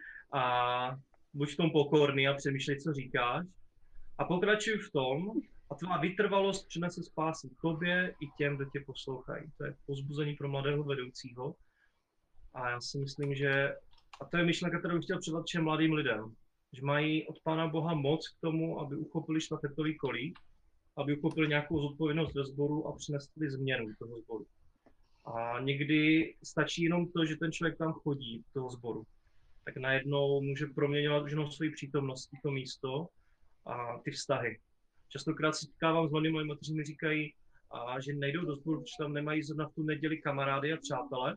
A buď v tom pokorný a přemýšlej, co říkáš. A pokračuj v tom a tvá vytrvalost přinese spásu tobě i těm, kdo tě poslouchají. To je povzbuzení pro mladého vedoucího. A já si myslím, že, a to je myšlenka, kterou bych chtěl předat všem mladým lidem, že mají od Pána Boha moc k tomu, aby uchopili štafetový kolík, aby uchopili nějakou zodpovědnost ve sboru a přinesli změnu toho sboru. A někdy stačí jenom to, že ten člověk tam chodí do toho sboru. Tak najednou může proměňovat už jenom svoji přítomností to místo a ty vztahy. Častokrát si setkávám s mladými lidmi, kteří mi říkají, že nejdou do sboru, protože tam nemají zrovna v tu neděli kamarády a přátele.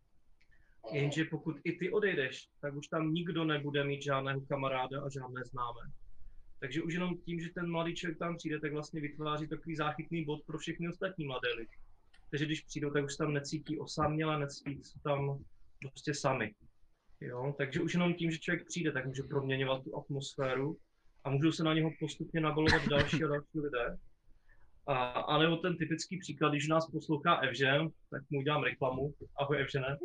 Jenže pokud i ty odejdeš, tak už tam nikdo nebude mít žádného kamaráda a žádné známé. Takže už jenom tím, že ten mladý člověk tam přijde, tak vlastně vytváří takový záchytný bod pro všechny ostatní mladé lidi. Takže když přijdou, tak už tam necítí osaměle, necítí se tam prostě sami. Jo? Takže už jenom tím, že člověk přijde, tak může proměňovat tu atmosféru a můžou se na něho postupně nabalovat další a další lidé. A nebo ten typický příklad, když nás poslouchá Evžen, tak mu udělám reklamu. Ahoj Evžene.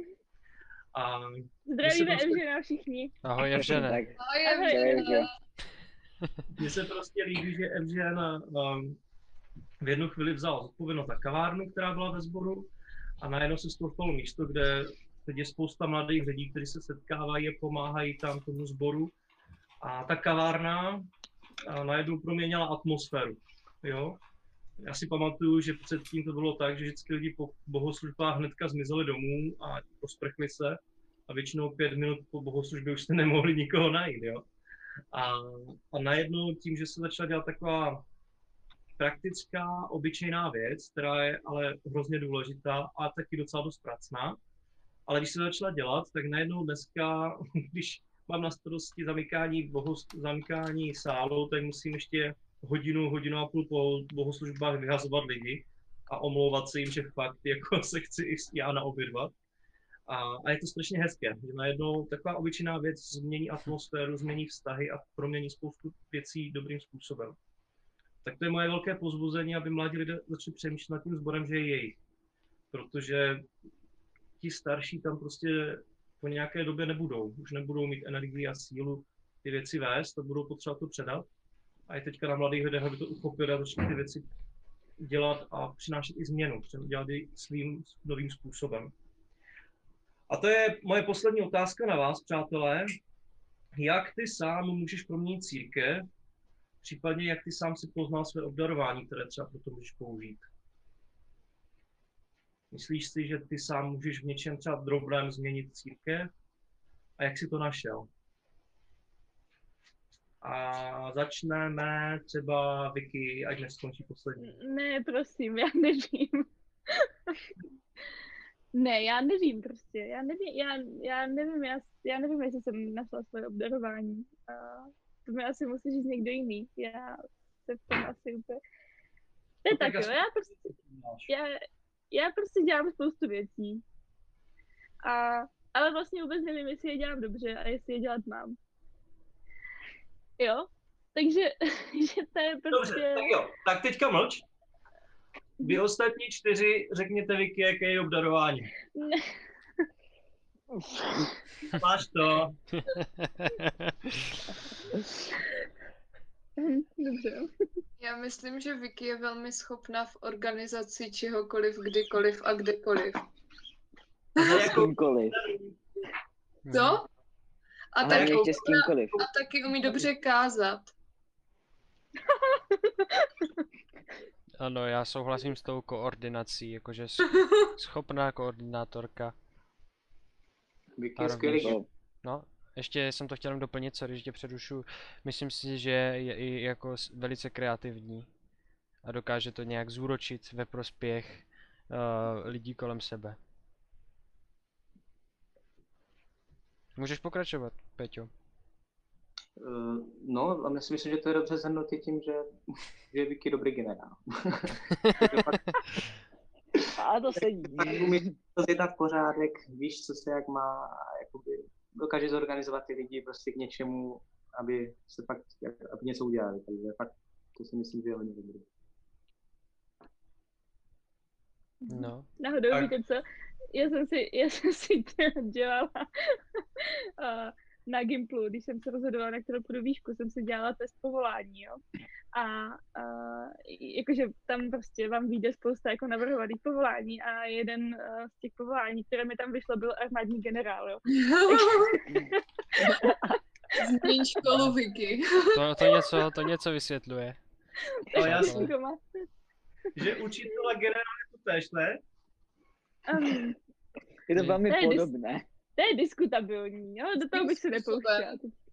Zdravíme prostě... Evžena všichni. Ahoj Evžene. Ahoj Evžene. Takže Mně se prostě líbí, že Evžen v jednu chvíli vzal zodpovědnost za kavárnu, která byla ve sboru, a najednou se z toho stalo místo, kde teď je spousta mladých lidí, kteří se setkávají a pomáhají tam tomu sboru. A ta kavárna najednou proměnila atmosféru. Jo? Já si pamatuju, že předtím to bylo tak, že vždycky lidi po bohoslužbách hnedka zmizeli domů a posprchli se a většinou 5 minut po bohoslužbě už jste nemohli nikoho najít. Jo? A najednou tím, že se začala dělat taková praktická, obyčejná věc, která je ale hrozně důležitá a taky docela dost pracná, ale když se začala dělat, tak najednou dneska, když mám na starosti zamykání sálu, tak musím ještě hodinu a půl po bohoslužbách vyhazovat lidi a omlouvat se jim, že fakt jako se chci i já naobědvat. A je to strašně hezké, že najednou taková obyčejná věc změní atmosféru, změní vztahy a promění spoustu věcí dobrým způsobem. Tak to je moje velké povzbuzení, aby mladí lidé začali přemýšlet nad tím sborem, že je jejich. Protože ti starší tam prostě po nějaké době nebudou. Už nebudou mít energii a sílu ty věci vést a budou potřebovat to předat. A je teďka na mladých lidech, aby to uchopili a začali ty věci dělat a přinášet i změnu. Dělat ji svým novým způsobem. A to je moje poslední otázka na vás, přátelé. Jak ty sám můžeš proměnit církev, případně jak ty sám si poznal své obdarování, které třeba proto můžeš použít? Myslíš si, že ty sám můžeš v něčem třeba drobném změnit církev? A jak jsi to našel? A začneme třeba Vicky, ať neskončí poslední. Ne, prosím, já nevím. Ne, já nevím prostě, já nevím, jestli jsem našla svoje obdarování. To mi asi musí říct někdo jiný, já se v tom asi úplně... To je tak jo, já prostě dělám spoustu věcí. Ale vlastně vůbec nevím, jestli je dělám dobře a jestli je dělat mám. Jo? Takže že to je prostě... Dobře, tak jo, tak teďka mlč. Vy ostatní 4 řekněte Vicky, jaké je obdarování. Ne. Máš to. Dobře. Já myslím, že Vicky je velmi schopná v organizaci čehokoliv, kdykoliv a kdekoliv. S kýmkoliv. Co? A Ale taky, ještě s kýmkoliv. a taky umí dobře kázat. Ano, já souhlasím s tou koordinací, jakože schopná koordinátorka. Vicky je skvělý. No, ještě jsem to chtěl jen doplnit, co když tě přerušu. Myslím si, že je i jako velice kreativní a dokáže to nějak zúročit ve prospěch lidí kolem sebe. Můžeš pokračovat, Peťo. No, a myslím, že to je dobře shrnutý tím, že je Vicky dobrý generál. A to se umí to zjednat pořádek, víš, co se jak má, jakoby dokáže zorganizovat ty lidi prostě k něčemu, aby se fakt, aby něco udělali, takže fakt to si myslím, že je hodně dobrý. No. Náhodou víte co? Já jsem si dělala na Gimplu, když jsem se rozhodovala, na kterou půjdu výšku, jsem si dělala test povolání, jo. A jakože tam prostě vám vyjde spousta jako navrhovaných povolání a jeden z těch povolání, které mi tam vyšlo, byl armádní generál, jo. Změň školu, Vicky. To něco vysvětluje. No jasně. Že učitel a generál je to též, ne? Je to velmi podobné. To je diskutabilní, jo? Do toho bych se nepouštěla.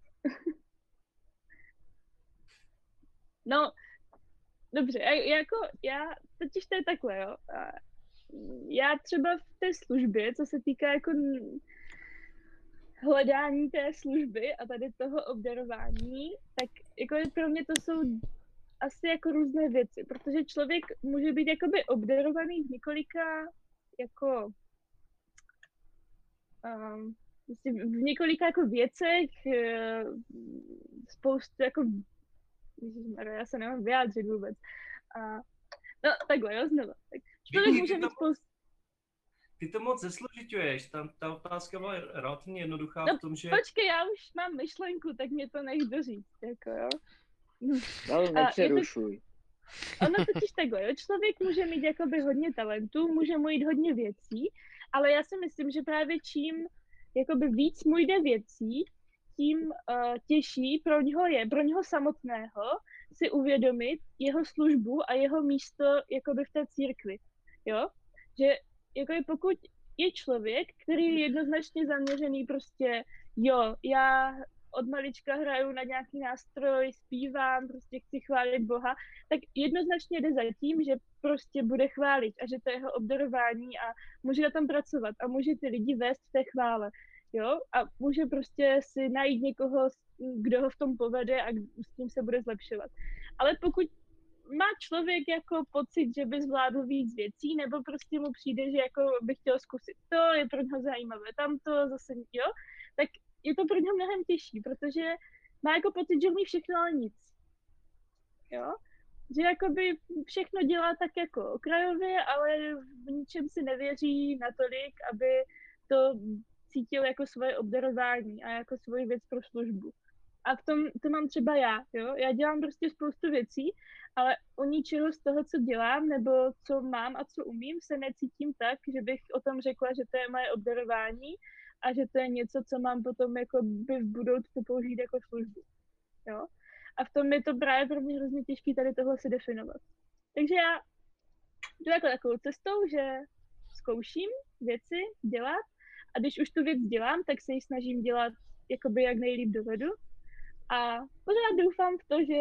No, dobře, totiž to je takhle, jo. Já třeba v té službě, co se týká jako hledání té služby a tady toho obdarování, tak jako pro mě to jsou asi jako různé věci, protože člověk může být jakoby obdarovaný v několika jako v několika jako věcech, spoustu jako, já se nemám vyjádřit vůbec. No takhle, jo, znovu. Tak člověk může mít spoustu... Ty to moc zesložiťuješ, ta otázka byla relativně jednoduchá v tom, že... Počkej, já už mám myšlenku, tak mě to nech doříct, jako jo. Ale nepřerušuj. ono totiž takhle, jo, člověk může mít jakoby hodně talentů, může mu jít hodně věcí, ale já si myslím, že právě čím jakoby víc mu jde věcí, tím těžší pro něho samotného si uvědomit jeho službu a jeho místo jakoby v té církvi, jo, že jakoby pokud je člověk, který je jednoznačně zaměřený prostě, jo, já od malička hraju na nějaký nástroj, zpívám, prostě chci chválit Boha, tak jednoznačně jde za tím, že prostě bude chválit a že to je jeho obdarování a může na tom pracovat a může ty lidi vést v té chvále, jo, a může prostě si najít někoho, kdo ho v tom povede a s tím se bude zlepšovat. Ale pokud má člověk jako pocit, že by zvládl víc věcí, nebo prostě mu přijde, že jako by chtěl zkusit to, je pro něho zajímavé tamto, zase jo, tak je to pro něho mnohem těžší, protože má jako pocit, že umí všechno, ale nic. Jo? Že jakoby všechno dělá tak jako okrajově, ale v ničem si nevěří natolik, aby to cítil jako svoje obdarování a jako svoji věc pro službu. A v tom to mám třeba já, jo? Já dělám prostě spoustu věcí, ale u ničeho z toho, co dělám, nebo co mám a co umím, se necítím tak, že bych o tom řekla, že to je moje obdarování a že to je něco, co mám potom jako by v budoucnu použít jako službu, jo? A v tom je to právě pro mě hrozně těžké tady tohle si definovat. Takže já jdu jako takovou cestou, že zkouším věci dělat a když už tu věc dělám, tak se ji snažím dělat jakoby jak nejlíp dovedu. A pořád doufám v to, že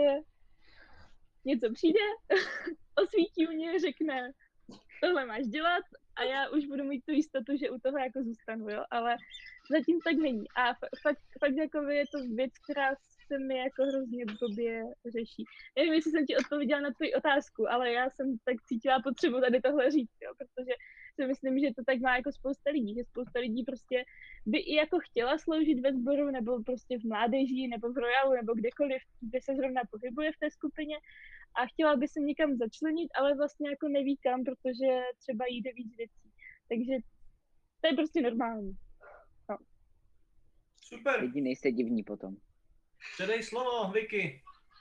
něco přijde, osvítí mě, řekne, tohle máš dělat a já už budu mít tu jistotu, že u toho jako zůstanu, jo, ale zatím tak není. A fakt jako je to věc, která se mi jako hrozně blbě řeší. Nevím, jestli jsem ti odpověděla na tvoji otázku, ale já jsem tak cítila potřebu tady tohle říct, jo, protože si myslím, že to tak má jako spousta lidí, že spousta lidí prostě by i jako chtěla sloužit ve sboru, nebo prostě v mládeži, nebo v royalu, nebo kdekoliv, kde se zrovna pohybuje v té skupině a chtěla by se někam začlenit, ale vlastně jako neví kam, protože třeba jí jde víc věcí. Takže to je prostě normální. No. Super. Lidi nejste divní potom. Předej slovo, Vicky.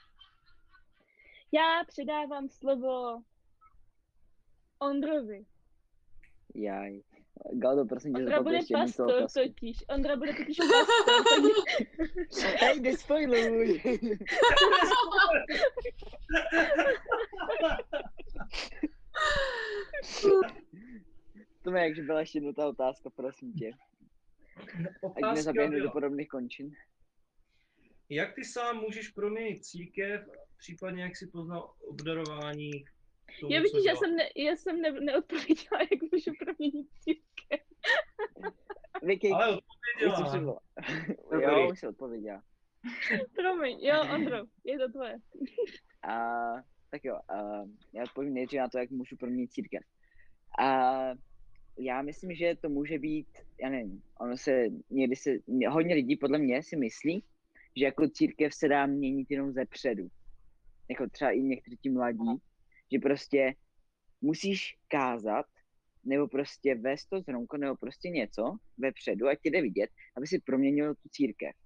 Já předávám slovo Ondrovi. Jaj. Galdo, prosím tě, Ondra bude ještě jednou tu pastor otázku. totiž. Ondra bude totiž pastor. Takže... Hej, nespoiluj! To mě jakže byla ještě jednou ta otázka, prosím tě. Ať nezaběhnu do podobných končin. Jak ty sám můžeš proměnit církev, případně jak si poznal obdarování k tomu, Já co vidíš, děláš? já jsem neodpověděla, jak můžu proměnit církev. Vicky, Ale jestli odpověděla. přišla. Jo, už se odpověděla. Promiň, jo, Ondro, je to tvoje. Tak jo, já odpovím nejdřív na to, jak můžu proměnit církev. Já myslím, že to může být, já nevím, hodně lidí podle mě si myslí, že jako církev se dá měnit jenom ze předu. Jako třeba i někteří ti mladí, že prostě musíš kázat, nebo prostě vést to zhromko, nebo prostě něco vepředu, ať tě jde vidět, aby si proměnil tu církev.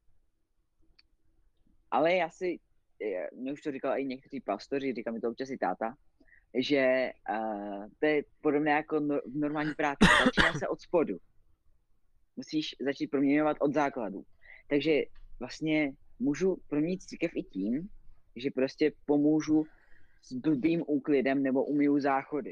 Ale mě už to říkal i někteří pastoři, říká mi to občas i táta, že to je podobné jako v normální práci. Začíná se od spodu. Musíš začít proměňovat od základu. Takže vlastně můžu proměnit církev i tím, že prostě pomůžu s blbým úklidem nebo umyju záchody.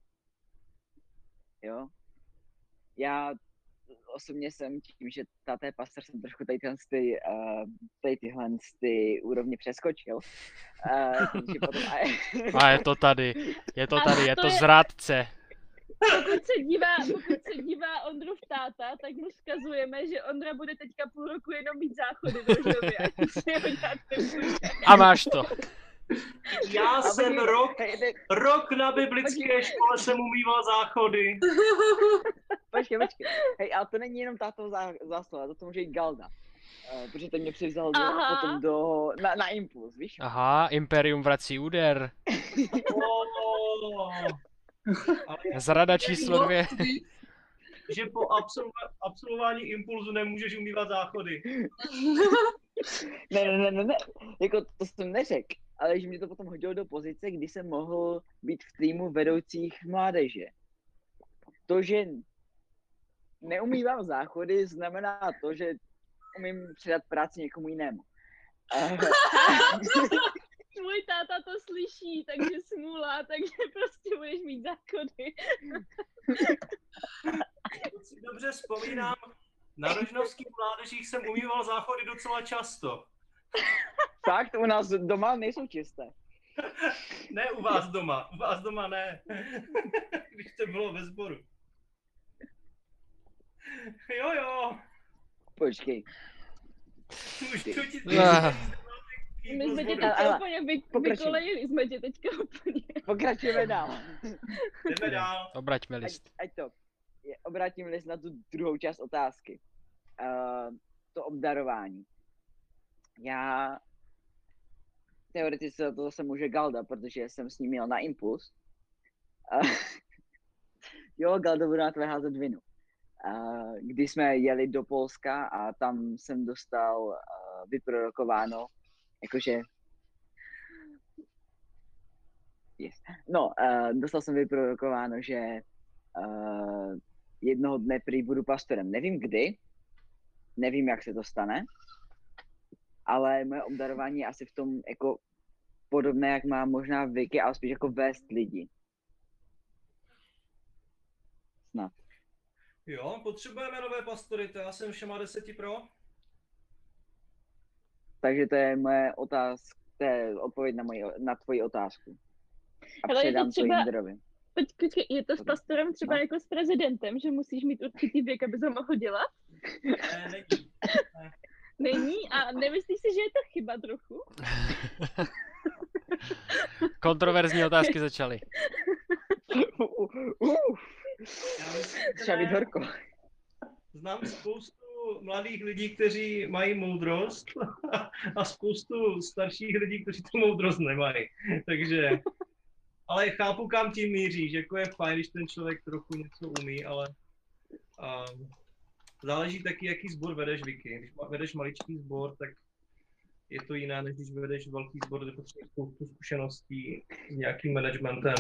Jo? Já osobně jsem tím, že táta je pastor, jsem trošku tyhle úrovně přeskočil. Takže potom... A je to tady, je to zrádce. Pokud se dívá Ondrův táta, tak mu vzkazujeme, že Ondra bude teďka půl roku jenom mít záchody v Rožově, ať se ho dělat nebude. A máš to. Já jsem rok na biblické škole jsem umýval záchody. Počkej. Hej, ale to není jenom táto zásluha, to může jít Galda. Protože ten mě přivzal potom na impuls, víš? Aha, Imperium vrací úder. Zrada číslo 2. Že po absolvování impulzu nemůžeš umývat záchody. Ne, jako to jsem neřekl. ale že mě to potom hodilo do pozice, kdy jsem mohl být v týmu vedoucích mládeže. To, že neumývám záchody, znamená to, že umím předat práci někomu jinému. Můj táta to slyší, takže smůla, takže prostě budeš mít záchody. Pokud si dobře vzpomínám, na rožnovských mládežích jsem umýval záchody docela často. Fakt, u nás doma nejsou čisté. Ne u vás doma ne. Když to bylo ve sboru. Jo. Počkej. Už to ti My jsme tě Ale- teďka úplně pokračuj. vykolejili, jsme tě teďka úplně. Pokračujeme dál. jdeme dál. Obraťme list. Ať to. Obrátím list na tu druhou část otázky. To obdarování. Já teoreticky to zase může Galda, protože jsem s ním měl na impuls. Jo, Galda, budu na tvé házet vinu. Když jsme jeli do Polska a tam jsem dostal vyprodukováno, jakože... Yes. No, dostal jsem vyprodukováno, že jednoho dne prý budu pastorem. Nevím kdy, nevím, jak se to stane, ale moje obdarování je asi v tom jako podobné, jak má možná Vicky, ale spíš jako vést lidi. Snad. Jo, potřebujeme nové pastory, to já jsem všema 10 pro. Takže to je moje otázka, to je odpověď na tvoji otázku. A Hele, je to předám to třeba- Jindrovi. Počkej, je to s pastorem třeba No. jako s prezidentem, že musíš mít určitý věk, aby to mohl dělat? Ne, není. Není? A nemyslíš si, že je to chyba trochu? Kontroverzní otázky začaly. Já myslím, že Třeba být ne. horko. Znám spoustu mladých lidí, kteří mají moudrost a spoustu starších lidí, kteří tu moudrost nemají. Takže, ale chápu, kam tím míříš, jako je fajn, když ten člověk trochu něco umí, ale záleží taky, jaký sbor vedeš, Vicky. Když vedeš maličký sbor, tak je to jiné, než když vedeš velký sbor, kde potřebuješ spoustu zkušeností s nějakým managementem.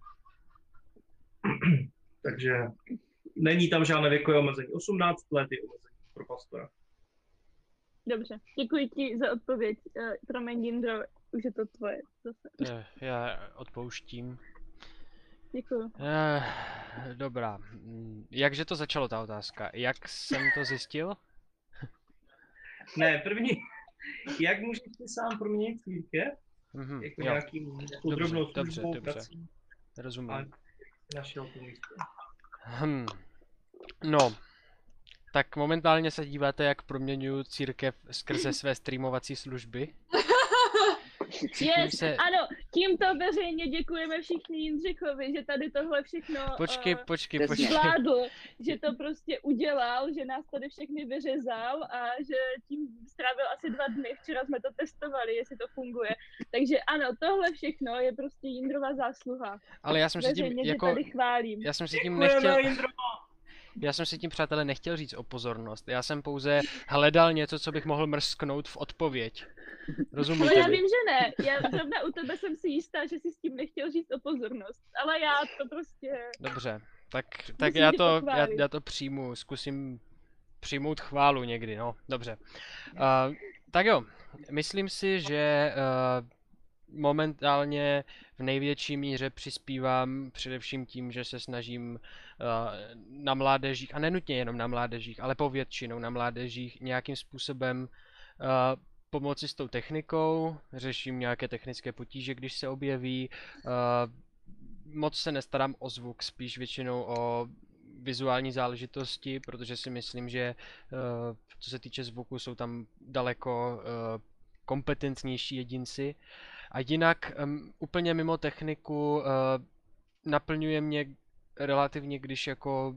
Takže není tam žádné věkové omezení. 18 let je omezení pro pastora. Dobře, děkuji ti za odpověď. Promiň, Jindro, už je to tvoje zase. Já odpouštím. Děkuji. Dobrá. Jakže to začalo, ta otázka? Jak jsem to zjistil? Ne, první, jak můžeš ty sám proměnit církev? Mhm, Jako jo, nějaký podrobnou dobře, službou, dobře. prací a rozumím. našel to místo. No, tak momentálně se díváte, jak proměňuju církev skrze své streamovací služby. Yes, se- ano, tímto veřejně děkujeme všichni Jindřichovi, že tady tohle všechno Počkej, Přesně. zvládl, že to prostě udělal, že nás tady všechny vyřezal a že tím strávil asi 2 dny. Včera jsme to testovali, jestli to funguje. Takže ano, tohle všechno je prostě Jindrova zásluha. Ale já jsem si tím, Veřejně tě jako, tady chválím. já jsem si tím Děkujeme, nechtěl, Jindro! já jsem si tím, přátelé, nechtěl říct o pozornost. Já jsem pouze hledal něco, co bych mohl mrsknout v odpověď. Ale Rozumíte já mi? vím, že ne. Já zrovna u tebe jsem si jistá, že jsi s tím nechtěl říct o pozornost. Ale já to prostě... Dobře, tak Musím já tě to, pochválit. já to přijmu, zkusím přijmout chválu někdy, no, dobře. Tak jo, myslím si, že momentálně v největší míře přispívám především tím, že se snažím na mládežích, a nenutně jenom na mládežích, ale povětšinou na mládežích nějakým způsobem pomoci s tou technikou, řeším nějaké technické potíže, když se objeví. Moc se nestarám o zvuk, spíš většinou o vizuální záležitosti, protože si myslím, že co se týče zvuku, jsou tam daleko kompetentnější jedinci. A jinak úplně mimo techniku naplňuje mě relativně, když jako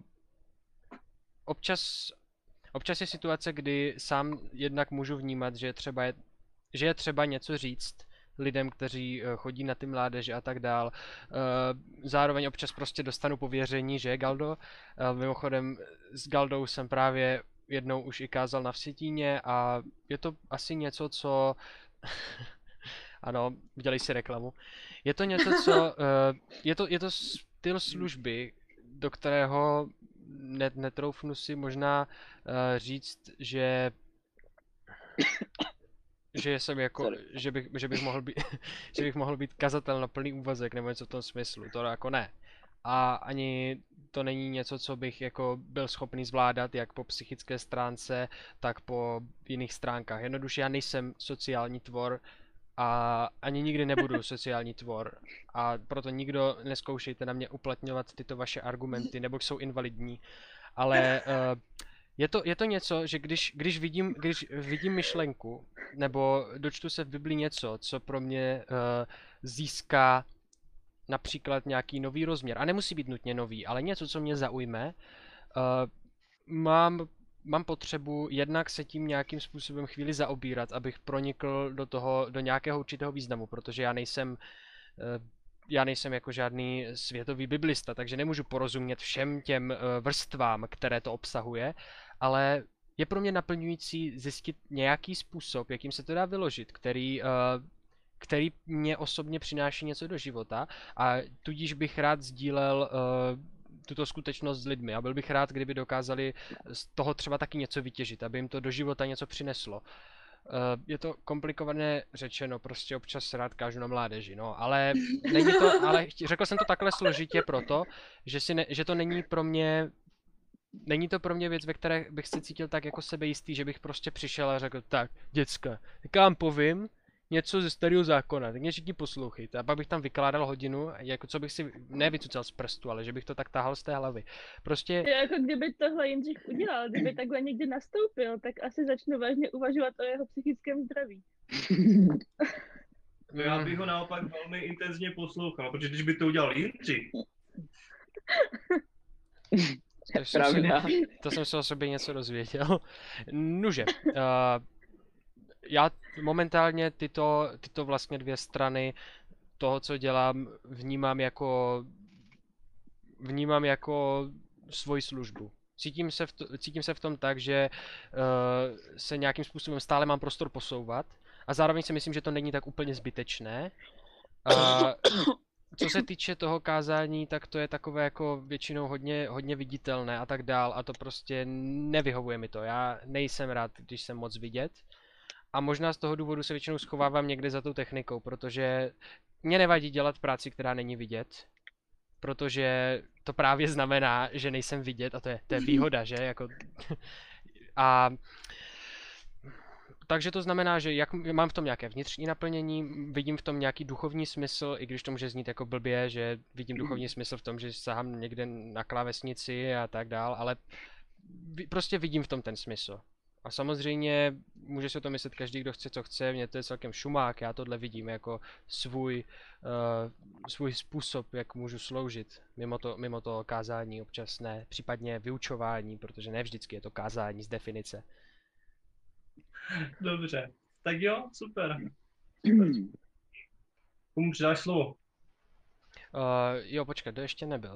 občas je situace, kdy sám jednak můžu vnímat, že je třeba něco říct lidem, kteří chodí na ty mládeže a tak dál. Zároveň občas prostě dostanu pověření, že Galdo. Mimochodem s Galdou jsem právě jednou už i kázal na Vsetíně a je to asi něco, co Ano, udělej si reklamu. Je to něco, co... je to styl služby, do kterého netroufnu si možná říct, že jsem jako, Sorry. že bych mohl být, že bych mohl být kazatel na plný úvazek nebo něco v tom smyslu, to jako ne. A ani to není něco, co bych jako byl schopný zvládat, jak po psychické stránce, tak po jiných stránkách. Jednoduše já nejsem sociální tvor a ani nikdy nebudu sociální tvor. A proto nikdo neskoušejte na mě uplatňovat tyto vaše argumenty, nebo jsou invalidní. Ale je to něco, že když vidím myšlenku, nebo dočtu se v Bibli něco, co pro mě získá například nějaký nový rozměr, a nemusí být nutně nový, ale něco, co mě zaujme, mám potřebu jednak se tím nějakým způsobem chvíli zaobírat, abych pronikl do nějakého určitého významu, protože já nejsem jako žádný světový biblista, takže nemůžu porozumět všem těm vrstvám, které to obsahuje, ale je pro mě naplňující zjistit nějaký způsob, jakým se to dá vyložit, který mě osobně přináší něco do života, a tudíž bych rád sdílel tuto skutečnost s lidmi a byl bych rád, kdyby dokázali z toho třeba taky něco vytěžit, aby jim to do života něco přineslo. Je to komplikované řečeno, prostě občas rád kážu na mládeži, no, ale řekl jsem to takhle složitě proto, že to není pro mě věc, ve které bych se cítil tak jako sebejistý, že bych prostě přišel a řekl, tak, děcka, tak vám povím něco ze starého zákona, tak mě všichni poslouchejte. A pak bych tam vykládal hodinu, jako co bych si nevycucal z prstu, ale že bych to tak táhal z té hlavy. Prostě... Jako kdyby tohle Jindřich udělal, kdyby takhle někdy nastoupil, tak asi začnu vážně uvažovat o jeho psychickém zdraví. Já bych ho naopak velmi intenzivně poslouchal, protože když by to udělal Jindřich... To jsem se o sobě něco dozvěděl. Nuže, já momentálně tyto vlastně dvě strany toho, co dělám, vnímám jako svoji službu. Cítím se v tom tak, že se nějakým způsobem stále mám prostor posouvat a zároveň si myslím, že to není tak úplně zbytečné. Co se týče toho kázání, tak to je takové jako většinou hodně viditelné a tak dál a to prostě nevyhovuje mi to. Já nejsem rád, když jsem moc vidět. A možná z toho důvodu se většinou schovávám někde za tou technikou, protože mě nevadí dělat práci, která není vidět. Protože to právě znamená, že nejsem vidět a to je výhoda, že? Jako... A... Takže to znamená, že mám v tom nějaké vnitřní naplnění, vidím v tom nějaký duchovní smysl, i když to může znít jako blbě, že vidím duchovní smysl v tom, že sahám někde na klávesnici a tak dál, ale prostě vidím v tom ten smysl. A samozřejmě může si o to myslet každý, kdo chce, co chce, mně to je celkem šumák, já tohle vidím jako svůj způsob, jak můžu sloužit, mimo to kázání občas ne, případně vyučování, protože ne vždycky je to kázání z definice. Dobře, tak jo, super. Komu předáš slovo? Jo, počkat, to ještě nebyl.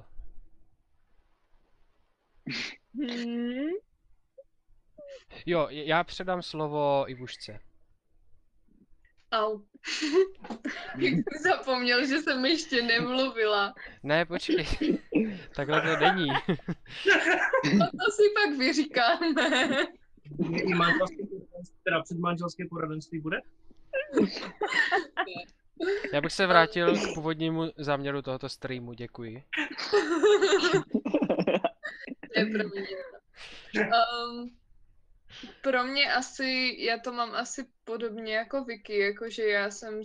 Jo, já předám slovo Ivušce. Au. Jak jsi zapomněl, že jsem ještě nemluvila. Ne, počkej. Takhle to není. To si pak vyříkáme. I předmanželské poradenství bude? Já bych se vrátil k původnímu záměru tohoto streamu, děkuji. Pro mě asi, já to mám asi podobně jako Vicky, jakože já jsem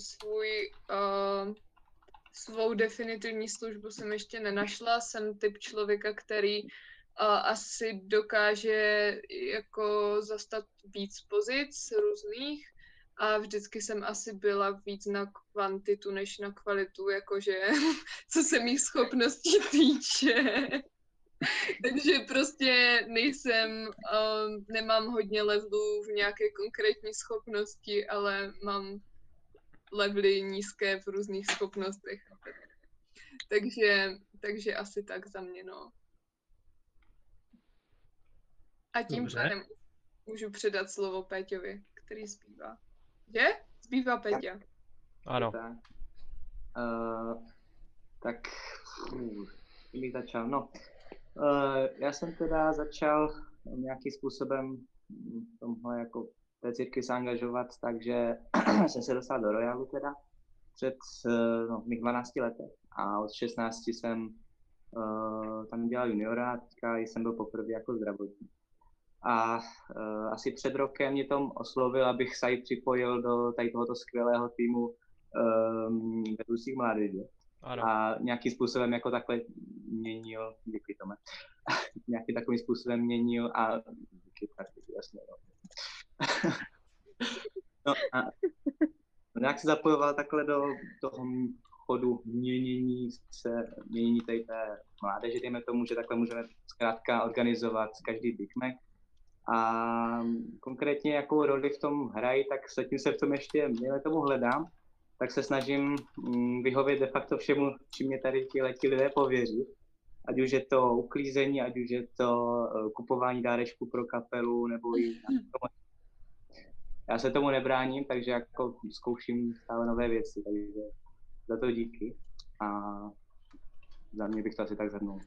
svou definitivní službu jsem ještě nenašla, jsem typ člověka, který asi dokáže jako zastat víc pozic různých a vždycky jsem asi byla víc na kvantitu než na kvalitu, jakože co se mých schopností týče. Takže prostě nemám hodně levelů v nějaké konkrétní schopnosti, ale mám levely nízké v různých schopnostech. Takže asi tak za mě, no. A tím pádem můžu předat slovo Péťovi, který zbývá. Že? Zbývá Péťa. Ano. Tak. Tak kdy bych začal? No, já jsem teda začal nějakým způsobem v tomhle jako té církvi se angažovat, takže jsem se dostal do Royalu teda před mých 12 letech a od 16 jsem tam dělal juniora a teďka jsem byl poprvé jako zdravotník. A asi před rokem mě Tom oslovil, abych se připojil do tady tohoto skvělého týmu vedoucích mládeže. Ano. A nějakým způsobem jako takhle měnil, děkuji Tome, nějakým takovým způsobem měnil a díky, jasně, no. No a nějak se zapojoval takhle do toho chodu měnění tady té mládeže, dejme tomu, že takhle můžeme zkrátka organizovat každý Big Mac. A konkrétně jakou roli v tom hrají, tak zatím se v tom ještě tomu hledám, tak se snažím vyhovět de facto všemu, čím mě tady ti lidé pověří. Ať už je to uklízení, ať už je to kupování dárečků pro kapelu, nebo i já se tomu nebráním, takže jako zkouším stále nové věci, takže za to díky. A za mě bych to asi tak zhrnul.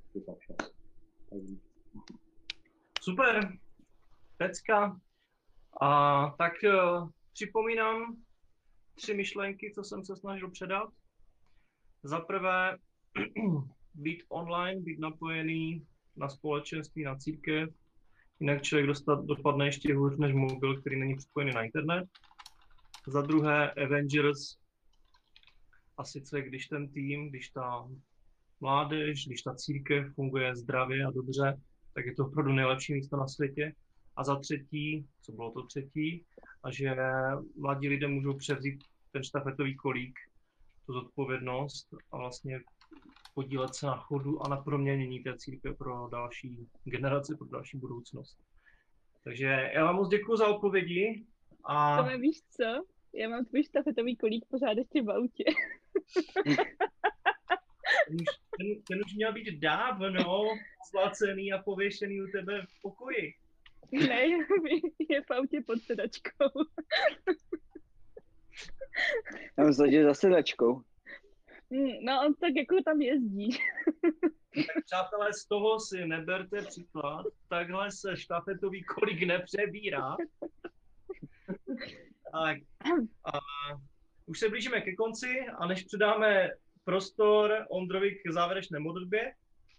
Super, pecka. A tak připomínám 3 myšlenky, co jsem se snažil předat. Za prvé, být online, být napojený na společenství, na církev. Jinak člověk dopadne ještě hůř než mobil, který není připojený na internet. Za druhé, Avengers. A sice, když ten tým, když ta mládež, když ta církev funguje zdravě a dobře, tak je to opravdu nejlepší místo na světě. A za třetí, co bylo to třetí, a že mladí lidé můžou převzít ten štafetový kolík, tu zodpovědnost a vlastně podílet se na chodu a na proměnění té církve pro další generace, pro další budoucnost. Takže já vám moc děkuji za odpovědi. A... Tome, víš co? Já mám tvůj štafetový kolík pořád ještě v autě. ten už měl být dávno zlacený a pověšený u tebe v pokoji. Ne, je v autě pod sedačkou. Já myslím, že za sedačkou. No, on tak jako tam jezdí. Tak přátelé, z toho si neberte příklad. Takhle se štafetový kolík nepřebírá. Tak, už se blížíme ke konci a než předáme prostor Ondrovi k závěrečné modlitbě,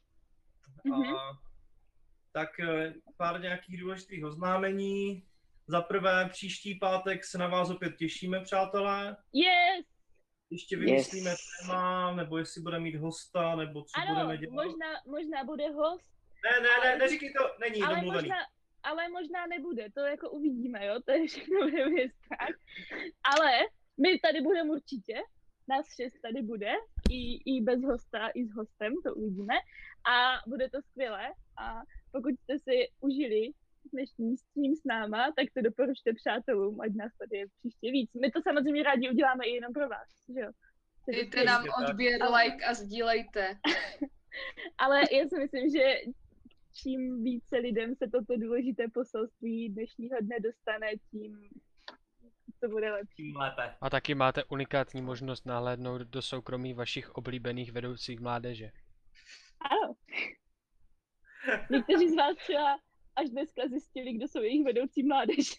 tak pár nějakých důležitých oznámení. Za prvé, příští pátek se na vás opět těšíme, přátelé. Yes! Ještě vymyslíme téma, nebo jestli budeme mít hosta, nebo co budeme dělat. Možná bude host. Ne, neříkej to, není domluvený. Ale možná nebude, to jako uvidíme, jo, to je všechno v nevěstách. Ale my tady budeme určitě, nás 6 tady bude, i bez hosta, i s hostem, to uvidíme. A bude to skvělé a pokud jste si užili dnešní stream s náma, tak to doporučte přátelům, ať nás tady je příště víc. My to samozřejmě rádi uděláme i jenom pro vás, že jo. Dejte nám odběr, like a sdílejte. Ale já si myslím, že čím více lidem se toto důležité poselství dnešního dne dostane, tím to bude lepší. Tím lépe. A taky máte unikátní možnost nahlédnout do soukromí vašich oblíbených vedoucích mládeže. Ano. Někteří z vás třeba až dneska zjistili, kdo jsou jejich vedoucí mládeže.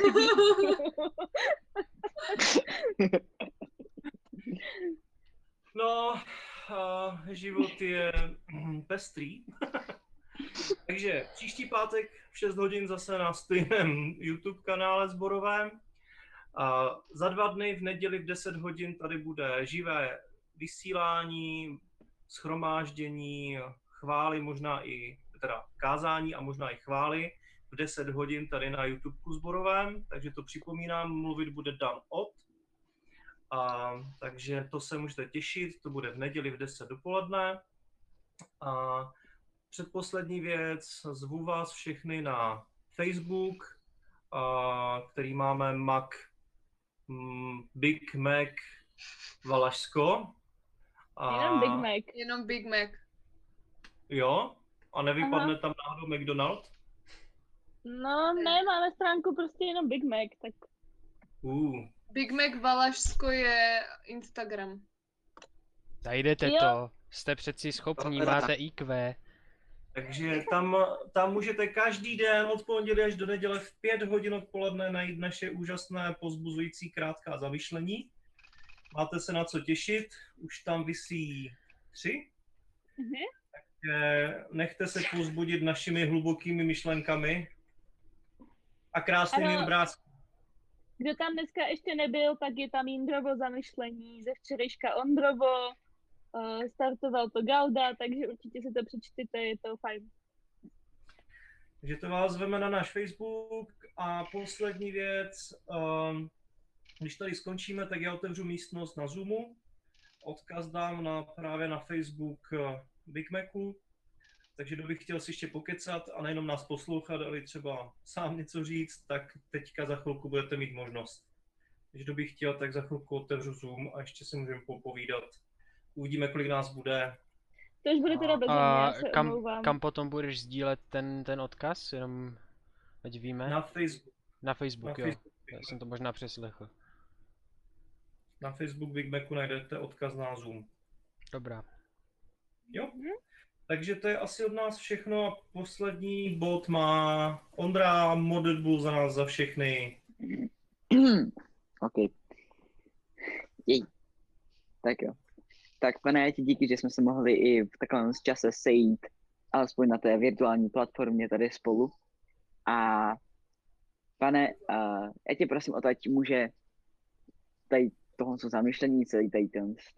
No, život je pestrý. Takže příští pátek v 6 hodin zase na stejném YouTube kanále sborovém. Za 2 dny v neděli v 10 hodin tady bude živé vysílání, shromáždění, chvály, možná i teda kázání a možná i chvály v 10 hodin tady na YouTube sborovém, takže to připomínám, mluvit bude Dan Ott. Takže to se můžete těšit, to bude v neděli v 10 dopoledne. Předposlední věc, zvu vás všechny na Facebook, který máme Big Mac Valašsko. Jenom Big Mac. Jenom Big Mac. Jo? A nevypadne tam náhodou McDonald? No ne, máme stránku prostě jenom Big Mac, tak... Big Mac Valašsko je Instagram. Najdete Jo. to. Jste přeci schopní, To teda. máte IQ. Takže tam můžete každý den od pondělí až do neděle v 5 hodin odpoledne najít naše úžasné, povzbuzující krátká zamyšlení. Máte se na co těšit, už tam visí 3. Mhm. Nechte se povzbudit našimi hlubokými myšlenkami a krásnými Ano. obrázky. Kdo tam dneska ještě nebyl, tak je tam Jindrovo zamyšlení, ze včerejška Ondrovo, startoval to Gauda, takže určitě si to přečtěte, je to fajn. Takže to vás zveme na náš Facebook a poslední věc, když tady skončíme, tak já otevřu místnost na Zoomu, odkaz dám právě na Facebook Big Macu, takže kdo by chtěl si ještě pokecat a nejenom nás poslouchat, ale třeba sám něco říct, tak teďka za chvilku budete mít možnost. Když kdo by chtěl, tak za chvilku otevřu Zoom a ještě si můžeme popovídat. Uvidíme, kolik nás bude. To už bude teda bez mě, A já se omlouvám. kam potom budeš sdílet ten odkaz? Jenom ať víme. Na Facebook. Na Facebook, Na jo. Facebook, Já jsem to možná přeslechl. na Facebook Big Macu najdete odkaz na Zoom. Dobrá. Jo? Takže to je asi od nás všechno a poslední bod má Ondra, modlitbu za nás, za všechny. OK. Jej. Tak jo. Tak pane, já ti díky, že jsme se mohli i v takovém čase sejít, alespoň na té virtuální platformě tady spolu. A pane, já tě prosím o to, ať může tady toho zamýšlení, celý tady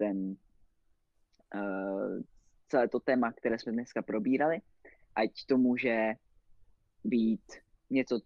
celé to téma, které jsme dneska probírali, ať to může být něco,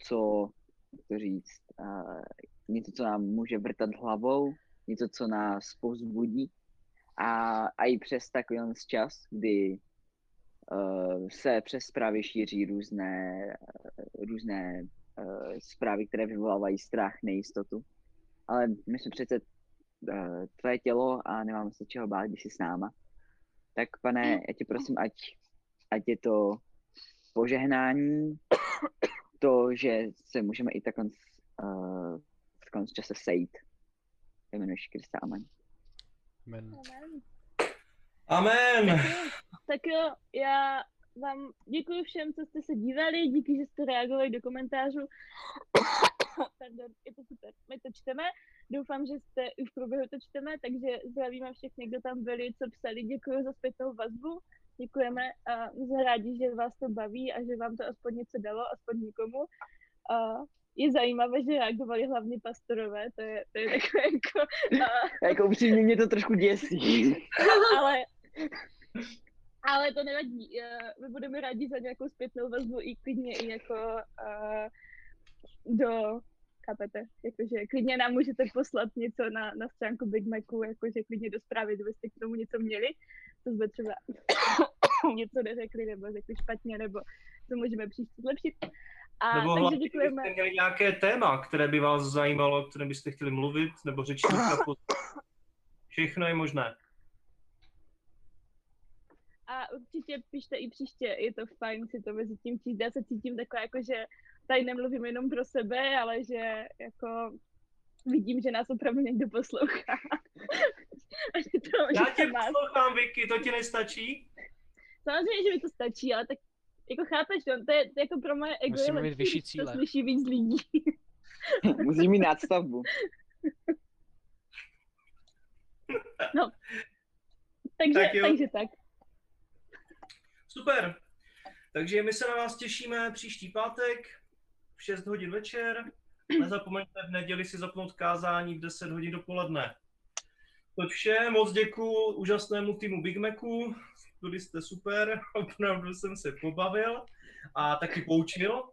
něco, co nám může vrtat hlavou, něco, co nás povzbudí. A i přes takový čas, kdy se přes zprávy šíří různé zprávy, které vyvolávají strach, nejistotu. Ale my jsme přece tvoje tělo a nemáme se čeho bát, když jsi s náma. Tak pane, já tě prosím, ať je to požehnání, to, že se můžeme i v takovém čase sejít. Jmenuji Krista, amen. Amen. Amen! Tak jo, já vám děkuji všem, co jste se dívali, díky, že jste reagovali do komentářů. Pardon, je to super, my to čteme. Doufám, že jste už v průběhu to čteme, takže zdravíme všechny, kdo tam byli, co psali. Děkuji za zpětnou vazbu, děkujeme a jsme rádi, že vás to baví a že vám to aspoň něco dalo, aspoň někomu. Je zajímavé, že reagovali hlavně pastorové, to je takové jako... Jako upřímně mě to trošku děsí. Ale to nevadí, my budeme rádi za nějakou zpětnou vazbu i klidně i jako chápete, jakože klidně nám můžete poslat něco na stránku Big Macu, jakože klidně do zprávy, kdybyste k tomu něco měli, to jsme třeba něco neřekli, nebo řekli špatně, nebo to můžeme příště zlepšit. A Nebo takže hlavně, děkujeme. kdybyste měli nějaké téma, které by vás zajímalo, o kterém byste chtěli mluvit, nebo řečníka, všechno je možné. A určitě pište i příště, je to fajn si to mezi tím číst. Já se cítím takhle, jako že tady nemluvím jenom pro sebe, ale že jako vidím, že nás opravdu někdo poslouchá. Já tě poslouchám, Vicky, to ti nestačí? Samozřejmě, že mi to stačí, ale tak jako chápeš, to je jako pro moje ego Musíme je mít vyšší lepší, cíle. to slyší víc lidí. Musíš mít nadstavbu. No. Takže tak. Super. Takže my se na vás těšíme příští pátek v 6 hodin večer. Nezapomeňte v neděli si zapnout kázání v 10 hodin dopoledne. Toť vše, moc děkuju úžasnému týmu Big Macu, byli jste super, opravdu jsem se pobavil a taky poučil.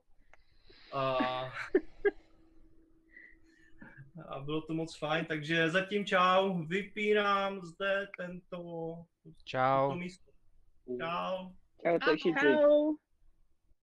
A bylo to moc fajn, takže zatím čau, vypínám zde tento Čau. místo. Čau. Čau, to všichni. Čau.